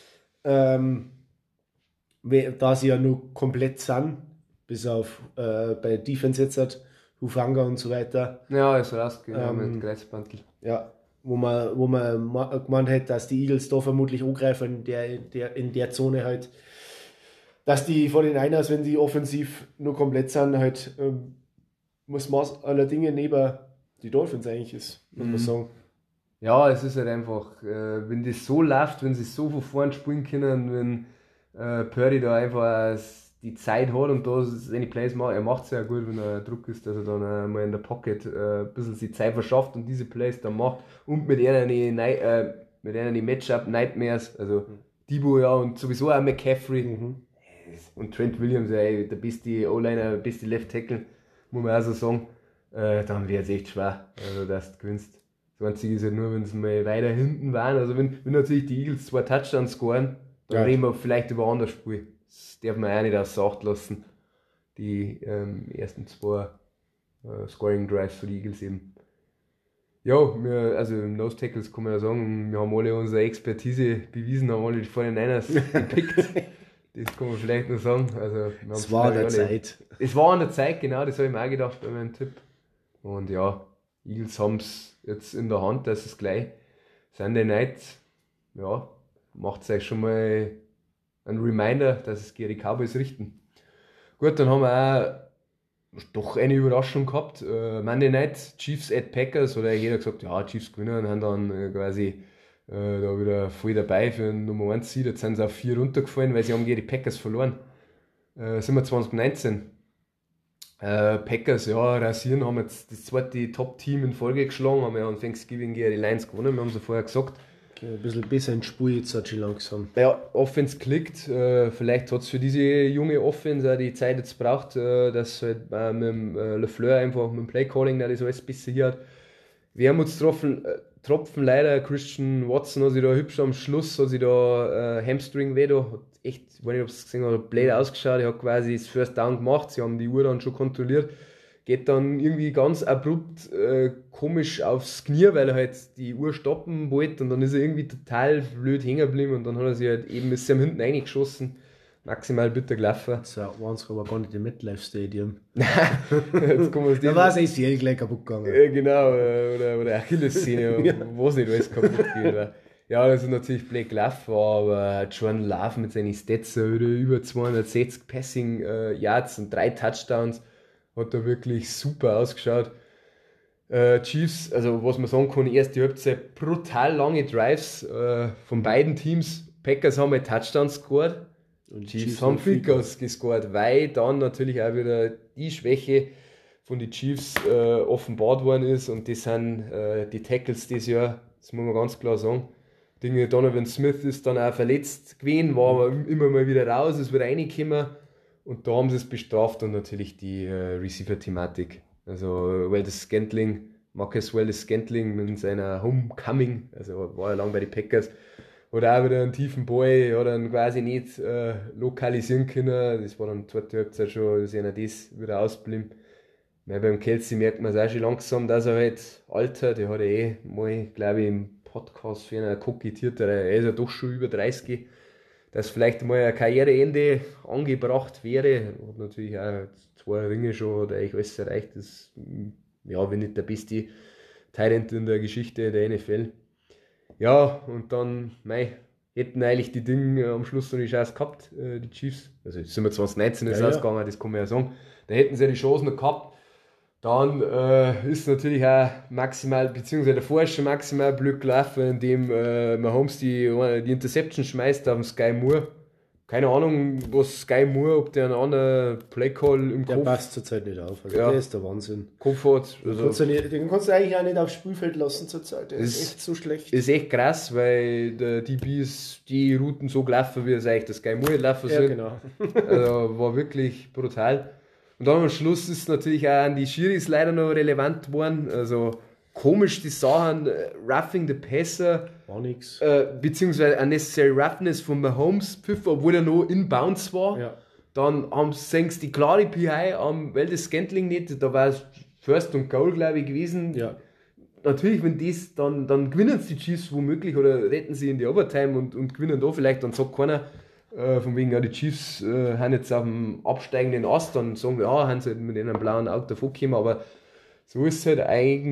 da sie ja nur komplett sind, bis auf bei Defense jetzt hat, Hufanga und so weiter. Ja, ist rausgegangen mit Kreuzbandel. Ja. Wo man gemeint hätte, dass die Eagles da vermutlich angreifen, in der Zone halt, dass die von den Niners, wenn sie offensiv nur komplett sind, halt muss Maß aller Dinge neben die Dolphins eigentlich ist, muss man sagen. Ja, es ist halt einfach, wenn das so läuft, wenn sie so von vorn spielen können, wenn Purdy da einfach die Zeit hat und da seine Plays macht, er macht es ja gut, wenn er Druck ist, dass er dann mal in der Pocket ein bisschen die Zeit verschafft und diese Plays dann macht und mit einer die Matchup-Nightmares, also Debo ja und sowieso auch McCaffrey und Trent Williams, ey, der beste O-Liner, der beste Left Tackle, muss man auch so sagen, dann wird es echt schwer, also dass du gewinnst. Das Einzige ist halt nur, wenn sie mal weiter hinten waren, also wenn natürlich die Eagles 2 Touchdowns scoren, dann reden wir vielleicht über ein anderes Spiel. Das darf man auch nicht außer Acht lassen. Die ersten 2 Scoring Drives für die Eagles eben. Ja, also im Nose Tackles kann man ja sagen, wir haben alle unsere Expertise bewiesen, haben alle die 49ers gepickt. Das kann man vielleicht noch sagen. Also, es war an der Zeit. Es war an der Zeit, genau, das habe ich mir auch gedacht bei meinem Tipp. Und ja, Eagles haben es jetzt in der Hand, dass es gleich Sunday Night, ja, macht es euch schon mal ein Reminder, dass es gegen die Cowboys richten. Gut, dann haben wir auch doch eine Überraschung gehabt. Monday Night, Chiefs at Packers, hat jeder gesagt, ja, Chiefs gewinnen und haben dann quasi da wieder voll dabei für den Nummer 1 Seed. Jetzt sind sie auf 4 runtergefallen, weil sie haben gegen die Packers verloren. 27-19. Packers, ja, rasieren, haben jetzt das zweite Top-Team in Folge geschlagen, haben ja an Thanksgiving gegen die Lions gewonnen, wir haben es ja vorher gesagt. Ein bisschen besser ins Spiel jetzt schon langsam. Ja, Offense klickt. Vielleicht hat es für diese junge Offense auch die Zeit jetzt braucht, dass halt mit dem LeFleur einfach mit dem Playcalling das alles besser hier hat. Tropfen leider. Christian Watson hat sich da hübsch am Schluss, hat sich da Hamstring weh da, hat echt, ich weiß nicht, ob es gesehen hat, blöd ausgeschaut. Er hat quasi das First Down gemacht, sie haben die Uhr dann schon kontrolliert. Geht dann irgendwie ganz abrupt komisch aufs Knie, weil er halt die Uhr stoppen wollte und dann ist er irgendwie total blöd hängen geblieben und dann hat er sich halt eben, ist er hinten reingeschossen maximal bitter gelaufen. So, waren es aber gar nicht im MetLife Stadium. Jetzt kommen wir Da war es ACL gleich kaputt gegangen. Genau, oder Achillessehne, Ja. was nicht alles kaputt gehen war. Ja, das ist natürlich blöd gelaufen, aber Jordan Love mit seinen Stats wieder über 260 Passing Yards und 3 Touchdowns hat da wirklich super ausgeschaut. Chiefs, also was man sagen kann, erste Halbzeit brutal lange Drives von beiden Teams. Packers haben halt Touchdowns gescored und Chiefs haben Field Goals gescored, weil dann natürlich auch wieder die Schwäche von den Chiefs offenbart worden ist und das sind die Tackles dieses Jahr, das muss man ganz klar sagen. Donovan Smith ist dann auch verletzt gewesen, war aber immer mal wieder raus, ist wieder reingekommen und da haben sie es bestraft und natürlich die Receiver-Thematik. Also Marcus Valdes-Scantling mit seiner Homecoming, also war ja lang bei den Packers, hat auch wieder einen tiefen Ball, hat dann quasi nicht lokalisieren können, das war dann zweite Halbzeit schon, dass einer das wieder ausblieb. Weil beim Kelsey merkt man es auch schon langsam, dass er halt altert, der hat ja mal, glaube ich, im Podcast für einen kokettiert, er ist ja doch schon über 30, dass vielleicht mal ein Karriereende angebracht wäre. Hat natürlich auch 2 Ringe schon, hat eigentlich alles erreicht. Das, ja, wenn nicht der beste Tight in der Geschichte der NFL. Ja, und dann, hätten eigentlich die Dinge am Schluss noch die Chance gehabt, die Chiefs. Also jetzt sind wir 2019 ausgegangen, das kann man ja sagen. Da hätten sie ja die Chance noch gehabt. Dann ist natürlich auch maximal, beziehungsweise davor ist schon maximal Glück gelaufen, indem Mahomes die Interception schmeißt auf den Sky Moore. Keine Ahnung, was Sky Moore, ob der einen anderen Playcall im Der Kopf passt zurzeit nicht auf. Also Ja. der ist der Wahnsinn. hat. Also, Den kannst du eigentlich auch nicht aufs Spielfeld lassen zurzeit. Der ist echt so schlecht. ist echt krass, weil der DB ist die Routen so gelaufen, wie es eigentlich der Sky Moore laufen soll. Ja, genau. Also war wirklich brutal. Und dann am Schluss ist natürlich auch an die Schiris leider noch relevant geworden. Also komisch die Sachen, Roughing the Passer, War nix. beziehungsweise Unnecessary Roughness von Mahomes Pfiff, obwohl er noch in Bounce war. Ja. Dann haben sie die klare PI am Valdes-Scantling nicht, da war es First und Goal, glaube ich, gewesen. Ja. Natürlich, wenn das, dann gewinnen sie die Chiefs womöglich oder retten sie in die Overtime und gewinnen da vielleicht, dann sagt keiner, von wegen, ja, die Chiefs haben jetzt auf dem absteigenden Ast, dann sagen wir, ja, haben sie halt mit einem blauen Auge davon gekommen, aber so ist es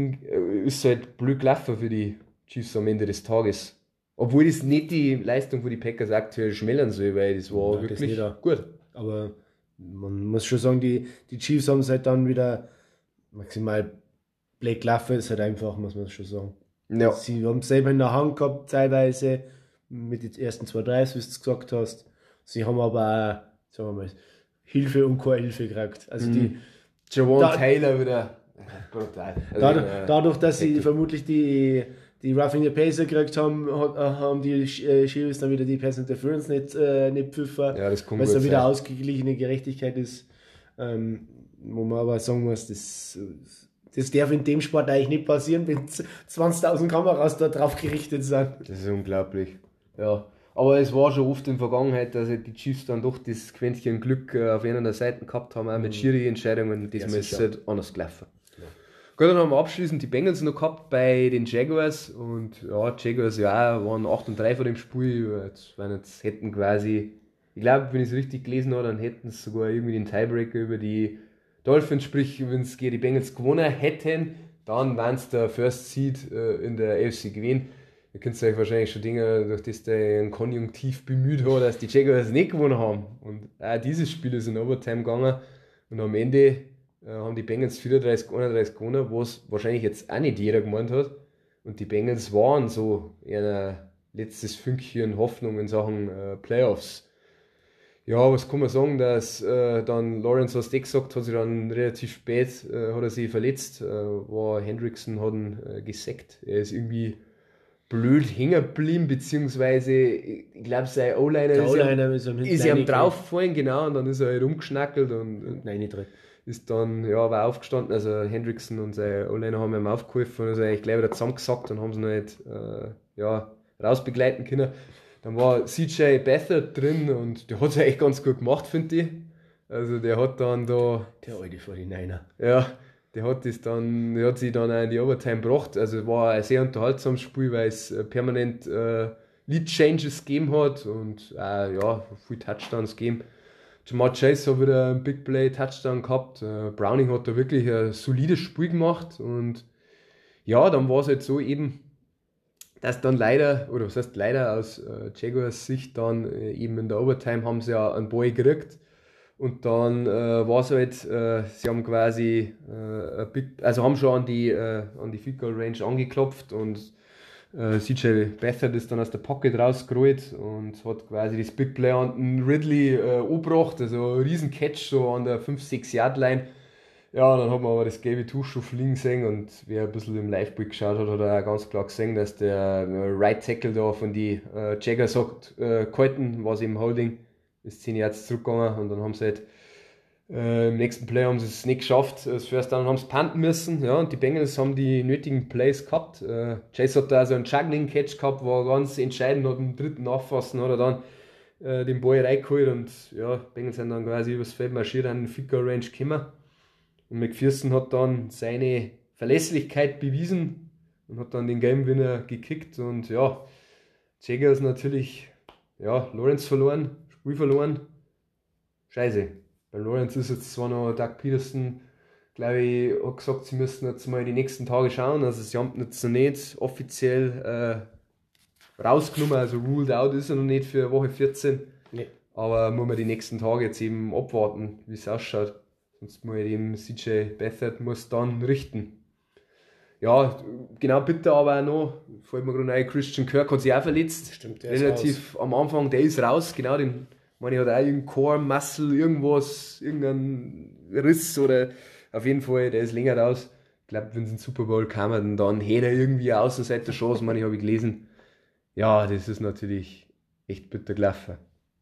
halt blöd gelaufen für die Chiefs am Ende des Tages. Obwohl das nicht die Leistung von die Packers aktuell schmälern soll, weil das war Nein, das wirklich nicht. gut. Aber man muss schon sagen, die Chiefs haben es halt dann wieder maximal blöd gelaufen, ist halt einfach, muss man schon sagen. Ja, Sie haben es selber in der Hand gehabt, teilweise, mit den ersten 2 Drives, wie du es gesagt hast. Sie haben aber auch, sagen wir mal, Hilfe und keine Hilfe gekriegt. Also Jawan Taylor wieder brutal. Also, dadurch, dass sie hektisch. vermutlich die Roughing the Passer gekriegt haben, haben die Chiefs dann wieder die Pass Interference nicht pfiffen, Ja, das kann weil es gut dann wieder sein. ausgeglichene Gerechtigkeit ist. Wo man aber sagen muss, das darf in dem Sport eigentlich nicht passieren, wenn 20.000 Kameras da drauf gerichtet sind. Das ist unglaublich. Ja. Aber es war schon oft in der Vergangenheit, dass die Chiefs dann doch das Quäntchen Glück auf einer Seite gehabt haben, auch mit Schiri-Entscheidungen. Diesmal ist es sicher. halt anders gelaufen. Gut, dann haben wir abschließend die Bengals noch gehabt bei den Jaguars. Und ja, Jaguars ja, waren 8-3 vor dem Spiel. Jetzt hätten quasi, ich glaube, wenn ich es richtig gelesen habe, dann hätten sie sogar irgendwie den Tiebreaker über die Dolphins, sprich, wenn es gegen die Bengals gewonnen hätten, dann wären es der First Seed in der AFC gewesen. Ihr könnt euch wahrscheinlich schon Dinge, durch das der ein Konjunktiv bemüht hat, dass die Jaguars nicht gewonnen haben. Und auch dieses Spiel ist in Overtime gegangen. Und am Ende haben die Bengals 34-31 gewonnen, was wahrscheinlich jetzt auch nicht jeder gemeint hat. Und die Bengals waren so ihr letztes Fünkchen Hoffnung in Sachen Playoffs. Ja, was kann man sagen, dass dann Lawrence, was der gesagt hat, sich dann relativ spät hat er sich verletzt, war Hendrickson hat ihn gesackt. Er ist irgendwie blöd hängen geblieben, beziehungsweise ich glaube sein O-Liner ist ihm draufgefallen, genau, und dann ist er halt umgeschnackelt und Nein, nicht drin. ist dann, ja, war aufgestanden, also Hendrickson und sein O-Liner haben ihm aufgeholfen und ist eigentlich gleich wieder zusammengesackt und haben sie noch nicht rausbegleiten können. Dann war CJ Beathard drin und der hat es eigentlich ganz gut gemacht, finde ich. Also der hat dann da, Der alte 49er. ja, der hat sich dann auch in die Overtime gebracht. Also war ein sehr unterhaltsames Spiel, weil es permanent Lead-Changes gegeben hat und ja, viel Touchdowns gegeben. Jamar Chase hat wieder einen Big Play Touchdown gehabt. Browning hat da wirklich ein solides Spiel gemacht und ja, dann war es halt so eben, dass dann leider, oder was heißt leider aus Jaguars Sicht dann eben in der Overtime haben sie ja einen Ball gekriegt und dann war es halt, sie haben quasi also haben schon an die Field Goal Range angeklopft und CJ Beathard ist dann aus der Pocket rausgerollt und hat quasi das Big Play an den Ridley angebracht, also ein riesen Catch so an der 5-6 Yard Line. Ja, dann hat man aber das gelbe Tuch schon fliegen sehen und wer ein bisschen im Live-Bild geschaut hat, hat auch ganz klar gesehen, dass der Right Tackle da von die Jaguars hat gehalten, war im Holding, ist 10 Yards zurückgegangen und dann haben sie halt im nächsten Play haben sie es nicht geschafft, das First Down haben sie punten müssen, ja, und die Bengals haben die nötigen Plays gehabt. Chase hat da so einen Juggling-Catch gehabt, war ganz entscheidend, hat im dritten Nachfassen, hat er dann den Ball reingeholt und ja, die Bengals sind dann quasi übers Feld marschiert an den Field Goal Range gekommen. Und McPherson hat dann seine Verlässlichkeit bewiesen und hat dann den Game Winner gekickt und ja, Jaguars natürlich, ja, Lawrence verloren, Spiel verloren, scheiße. Bei Lawrence ist jetzt zwar noch Doug Peterson, glaube ich, hat gesagt, sie müssen jetzt mal die nächsten Tage schauen. Also sie haben jetzt noch nicht offiziell rausgenommen, also ruled out ist er noch nicht für Woche 14. Nee. Aber muss man die nächsten Tage jetzt eben abwarten, wie es ausschaut. Sonst muss eben CJ Beathard muss dann richten. Ja, genau, bitte aber auch noch, fällt mir gerade ein, Christian Kirk hat sich auch verletzt. Stimmt, der relativ ist raus. Am Anfang, der ist raus, genau, den meine, hat auch irgendein Core, Muscle, irgendwas, irgendein Riss oder auf jeden Fall, der ist länger raus. Ich glaube, wenn sie in den Super Bowl kamen, dann hätte er irgendwie eine Außenseiter-Chance, meine ich, habe ich gelesen. Ja, das ist natürlich echt bitter gelaufen.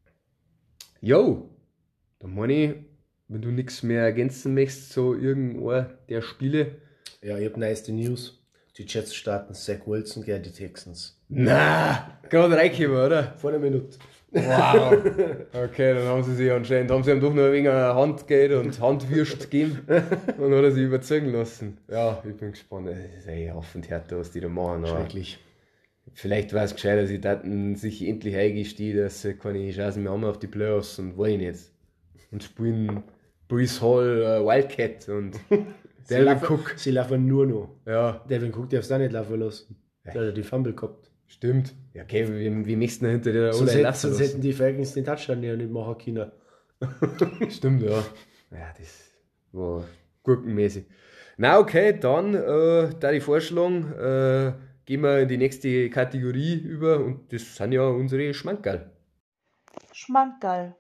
Jo, dann meine ich, wenn du nichts mehr ergänzen möchtest, so irgendeiner der Spiele. Ja, ich habe neueste News. Die Jets starten Zach Wilson gegen die Texans. Na, gerade reingekommen, oder? Vor einer Minute. Wow. Okay, dann haben sie sich anscheinend, haben sie ihm doch noch ein wenig Handgeld und Handwürst gegeben und hat er sich überzeugen lassen. Ja, ich bin gespannt. Das ist ein Affentheater, was die da machen. Schrecklich. Vielleicht wäre es gescheiter, sie hätten sich endlich eingestehen, dass sie keine Chancen mehr haben auf die Playoffs und wollen jetzt. Und spielen Brees Hall Wildcat und Devin Cook. Sie laufen nur noch. Ja. Devin Cook darf es auch nicht laufen lassen. Der hat die Fumble gehabt. Stimmt. Ja, okay, wie möchten wir hinter der Sonst hätten die Falcons den Touchdown ja nicht machen können. Stimmt, ja. Ja, das war gurkenmäßig. Na okay, dann da ich vorschlagen, gehen wir in die nächste Kategorie über und das sind ja unsere Schmankerl. Schmankerl.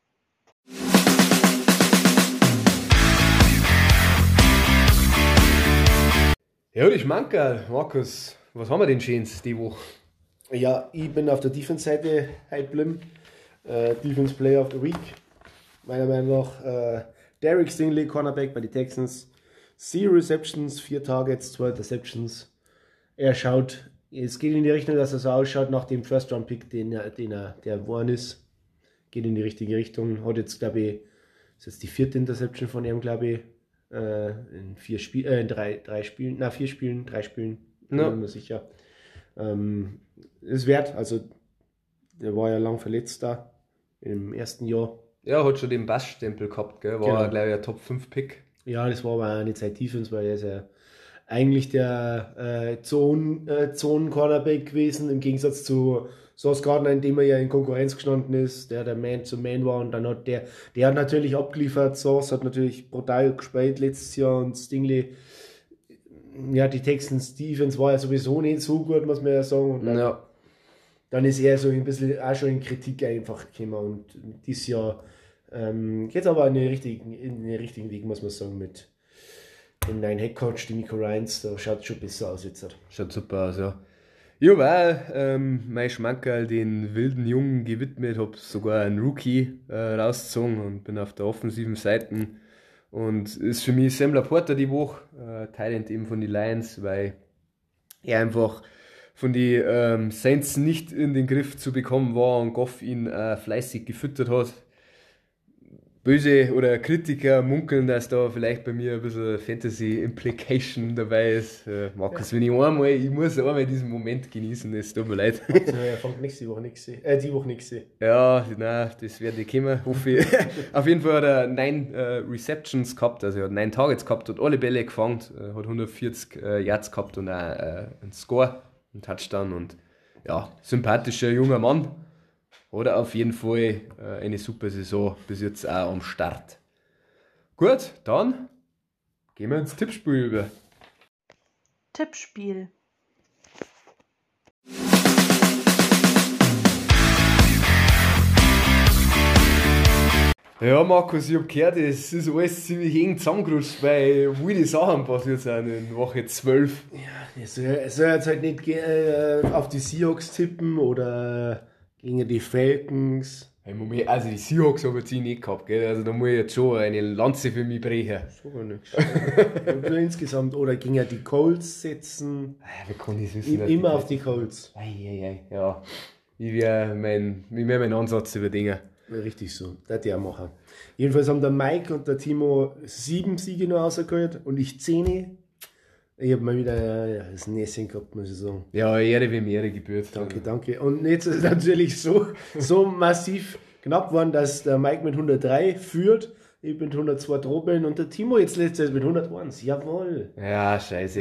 Ja, die Schmankerl, Markus, was haben wir denn Schönes die Woche? Ja, ich bin auf der Defense-Seite heute geblieben. Defense Player of the Week. Meiner Meinung nach Derek Stingley, Cornerback bei den Texans. 0 Receptions, 4 Targets, 2 Interceptions. Es geht in die Richtung, dass er so ausschaut nach dem First-Round-Pick, der geworden ist. Geht in die richtige Richtung. Hat jetzt, glaube ich, ist jetzt die 4. Interception von ihm, glaube ich. In 4 Spielen, 3 Spielen, 4 Spielen, 3 Spielen. Bin Ja. mir sicher. Ist wert, also der war ja lang verletzt da im ersten Jahr. Ja, hat schon den Bassstempel gehabt, gell? War, Genau. glaube ich, ein Top-5-Pick. Ja, das war aber auch nicht sein Defense, weil er ist ja eigentlich der Zonen-Cornerback gewesen, im Gegensatz zu Sauce Gardner, in dem er ja in Konkurrenz gestanden ist, der Man-to-Man war und dann hat der hat natürlich abgeliefert. Sauce hat natürlich brutal gespielt letztes Jahr und Stingley, ja, die Texans Defense war ja sowieso nicht so gut, muss man ja sagen. Und dann ist er so ein bisschen auch schon in Kritik einfach gekommen und dieses Jahr geht es aber in den richtigen Weg, muss man sagen, mit dem neuen Headcoach, dem Nico Ryans, da schaut es schon besser aus jetzt. Schaut super aus, ja. Ich habe auch mein Schmankerl den wilden Jungen gewidmet, habe sogar einen Rookie rausgezogen und bin auf der offensiven Seite. Und ist für mich Sam Laporta die Woche, Talent eben von den Lions, weil er einfach von den Saints nicht in den Griff zu bekommen war und Goff ihn fleißig gefüttert hat. böse oder Kritiker munkeln, dass da vielleicht bei mir ein bisschen Fantasy-Implication dabei ist. Markus, wenn ich muss einmal diesen Moment genießen, es tut mir leid. Er fängt nächste Woche nichts die Woche nichts sehen. Ja, nein, das wird nicht kommen, hoffe ich. Auf jeden Fall hat er 9 Receptions gehabt, also er hat 9 Targets gehabt, hat alle Bälle gefangen, hat 140 Yards gehabt und auch einen Score, einen Touchdown und ja, sympathischer junger Mann. Oder auf jeden Fall eine super Saison bis jetzt auch am Start. Gut, dann gehen wir ins Tippspiel über. Tippspiel. Ja, Markus, ich habe gehört, es ist alles ziemlich eng zusammengerutscht, weil wilde Sachen passiert sind in Woche 12. Ja, es soll jetzt halt nicht auf die Seahawks tippen oder gegen die Falcons. Hey, Moment, also die Seahawks habe ich nicht gehabt, gell? Also da muss ich jetzt schon eine Lanze für mich brechen. So gar nichts. Nur insgesamt oder gegen die Colts setzen. Wie kann ich das wissen? Immer auf die Colts. Ja. Ich werde meinen Ansatz überdenken. Ja, richtig so, das der machen. Jedenfalls haben der Mike und der Timo 7 Siege noch rausgeholt und ich 10. Ich habe mal wieder das Näschen gehabt, muss ich sagen. Ja, Ehre wie Ehre gebührt. Danke. Und jetzt ist es natürlich so massiv knapp geworden, dass der Mike mit 103 führt, ich mit 102 Drobeln und der Timo jetzt letztes mit 101. Jawohl. Ja, scheiße.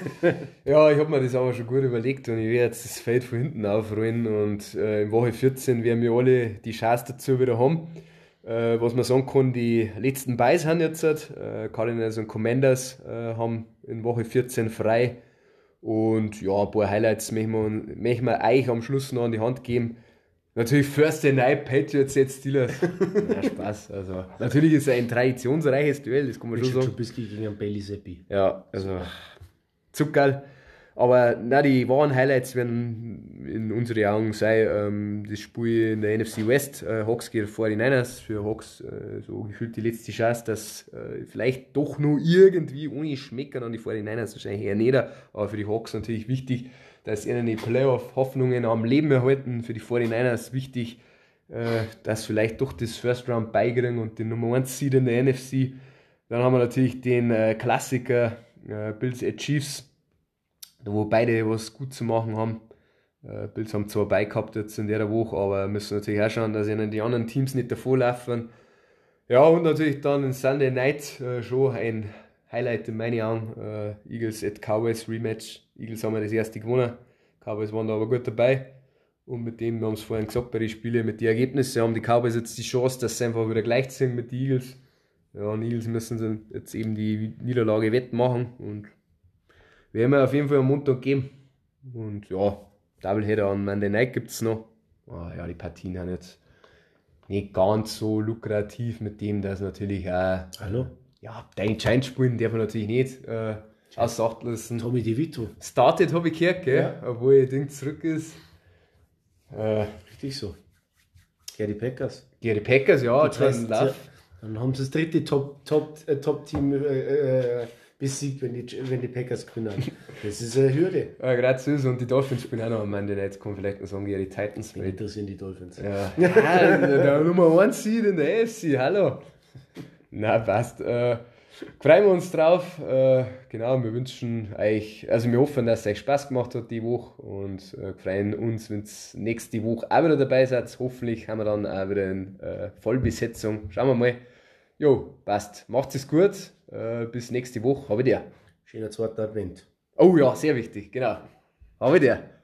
Ja, ich habe mir das aber schon gut überlegt und ich werde jetzt das Feld von hinten aufrollen und in Woche 14 werden wir alle die Chance dazu wieder haben. Was man sagen kann, die letzten Buys haben jetzt, Cardinals und Commanders haben in Woche 14 frei und ja, ein paar Highlights möchten wir euch am Schluss noch an die Hand geben. Natürlich Thursday Night Patriots jetzt Steelers. Ja, Spaß. Also, natürlich ist es ein traditionsreiches Duell, das kann man schon sagen. Trubisky gegen einen Bailey Zappi. Ja, also zuckerl. Aber na, die wahren Highlights werden in unseren Augen sein, das Spiel in der NFC West, Hawks gegen 49ers. Für Hawks so gefühlt die letzte Chance, dass vielleicht doch nur irgendwie ohne Schmeckern an die 49ers, wahrscheinlich eher nicht, aber für die Hawks natürlich wichtig, dass ihnen die Playoff-Hoffnungen am Leben erhalten. Für die 49ers wichtig, dass vielleicht doch das First Round beikriegen und den Nummer 1 Seed in der NFC. Dann haben wir natürlich den Klassiker Bills at Chiefs, wo beide was gut zu machen haben. Bills haben zwar bei gehabt jetzt in der Woche, aber müssen natürlich auch schauen, dass ihnen die anderen Teams nicht davonlaufen. Ja, und natürlich dann in Sunday Night schon ein Highlight in meinen Augen. Eagles at Cowboys Rematch. Eagles haben ja das erste gewonnen. Cowboys waren da aber gut dabei. Und mit dem, wir haben es vorhin gesagt, bei den Spielen, mit den Ergebnissen haben die Cowboys jetzt die Chance, dass sie einfach wieder gleich sind mit den Eagles. Ja, und Eagles müssen sie jetzt eben die Niederlage wettmachen und werden wir auf jeden Fall am Montag geben. Und ja, Doubleheader an Monday Night gibt es noch. Ja, die Partien haben jetzt nicht ganz so lukrativ mit dem, dass natürlich auch. Hallo? Ja, den Giants spielen darf man natürlich nicht außer Acht lassen. Tommy DeVito. Started habe ich gehört, gell? Ja. Obwohl ich Ding zurück ist. Richtig so. Gary Packers. Die Packers, ja, kleinen Lauf. Dann haben sie das dritte Top-Team besiegt, wenn die Packers gewinnen. Das ist eine Hürde. Gerade so, und die Dolphins spielen auch noch am Monday Night. Kann vielleicht noch sagen, ja, die Titans. Mich interessieren die Dolphins. Ja, der Nummer 1 Seed in der AFC, hallo. Na, passt. Freuen wir uns drauf. Genau, wir wünschen euch, also wir hoffen, dass es euch Spaß gemacht hat die Woche und freuen uns, wenn ihr nächste Woche auch wieder dabei seid. Hoffentlich haben wir dann auch wieder eine Vollbesetzung. Schauen wir mal. Jo, passt. Macht es gut. Bis nächste Woche. Habe ich dir. Schöner zweiter Advent. Oh ja, sehr wichtig, genau. Habe ich dir.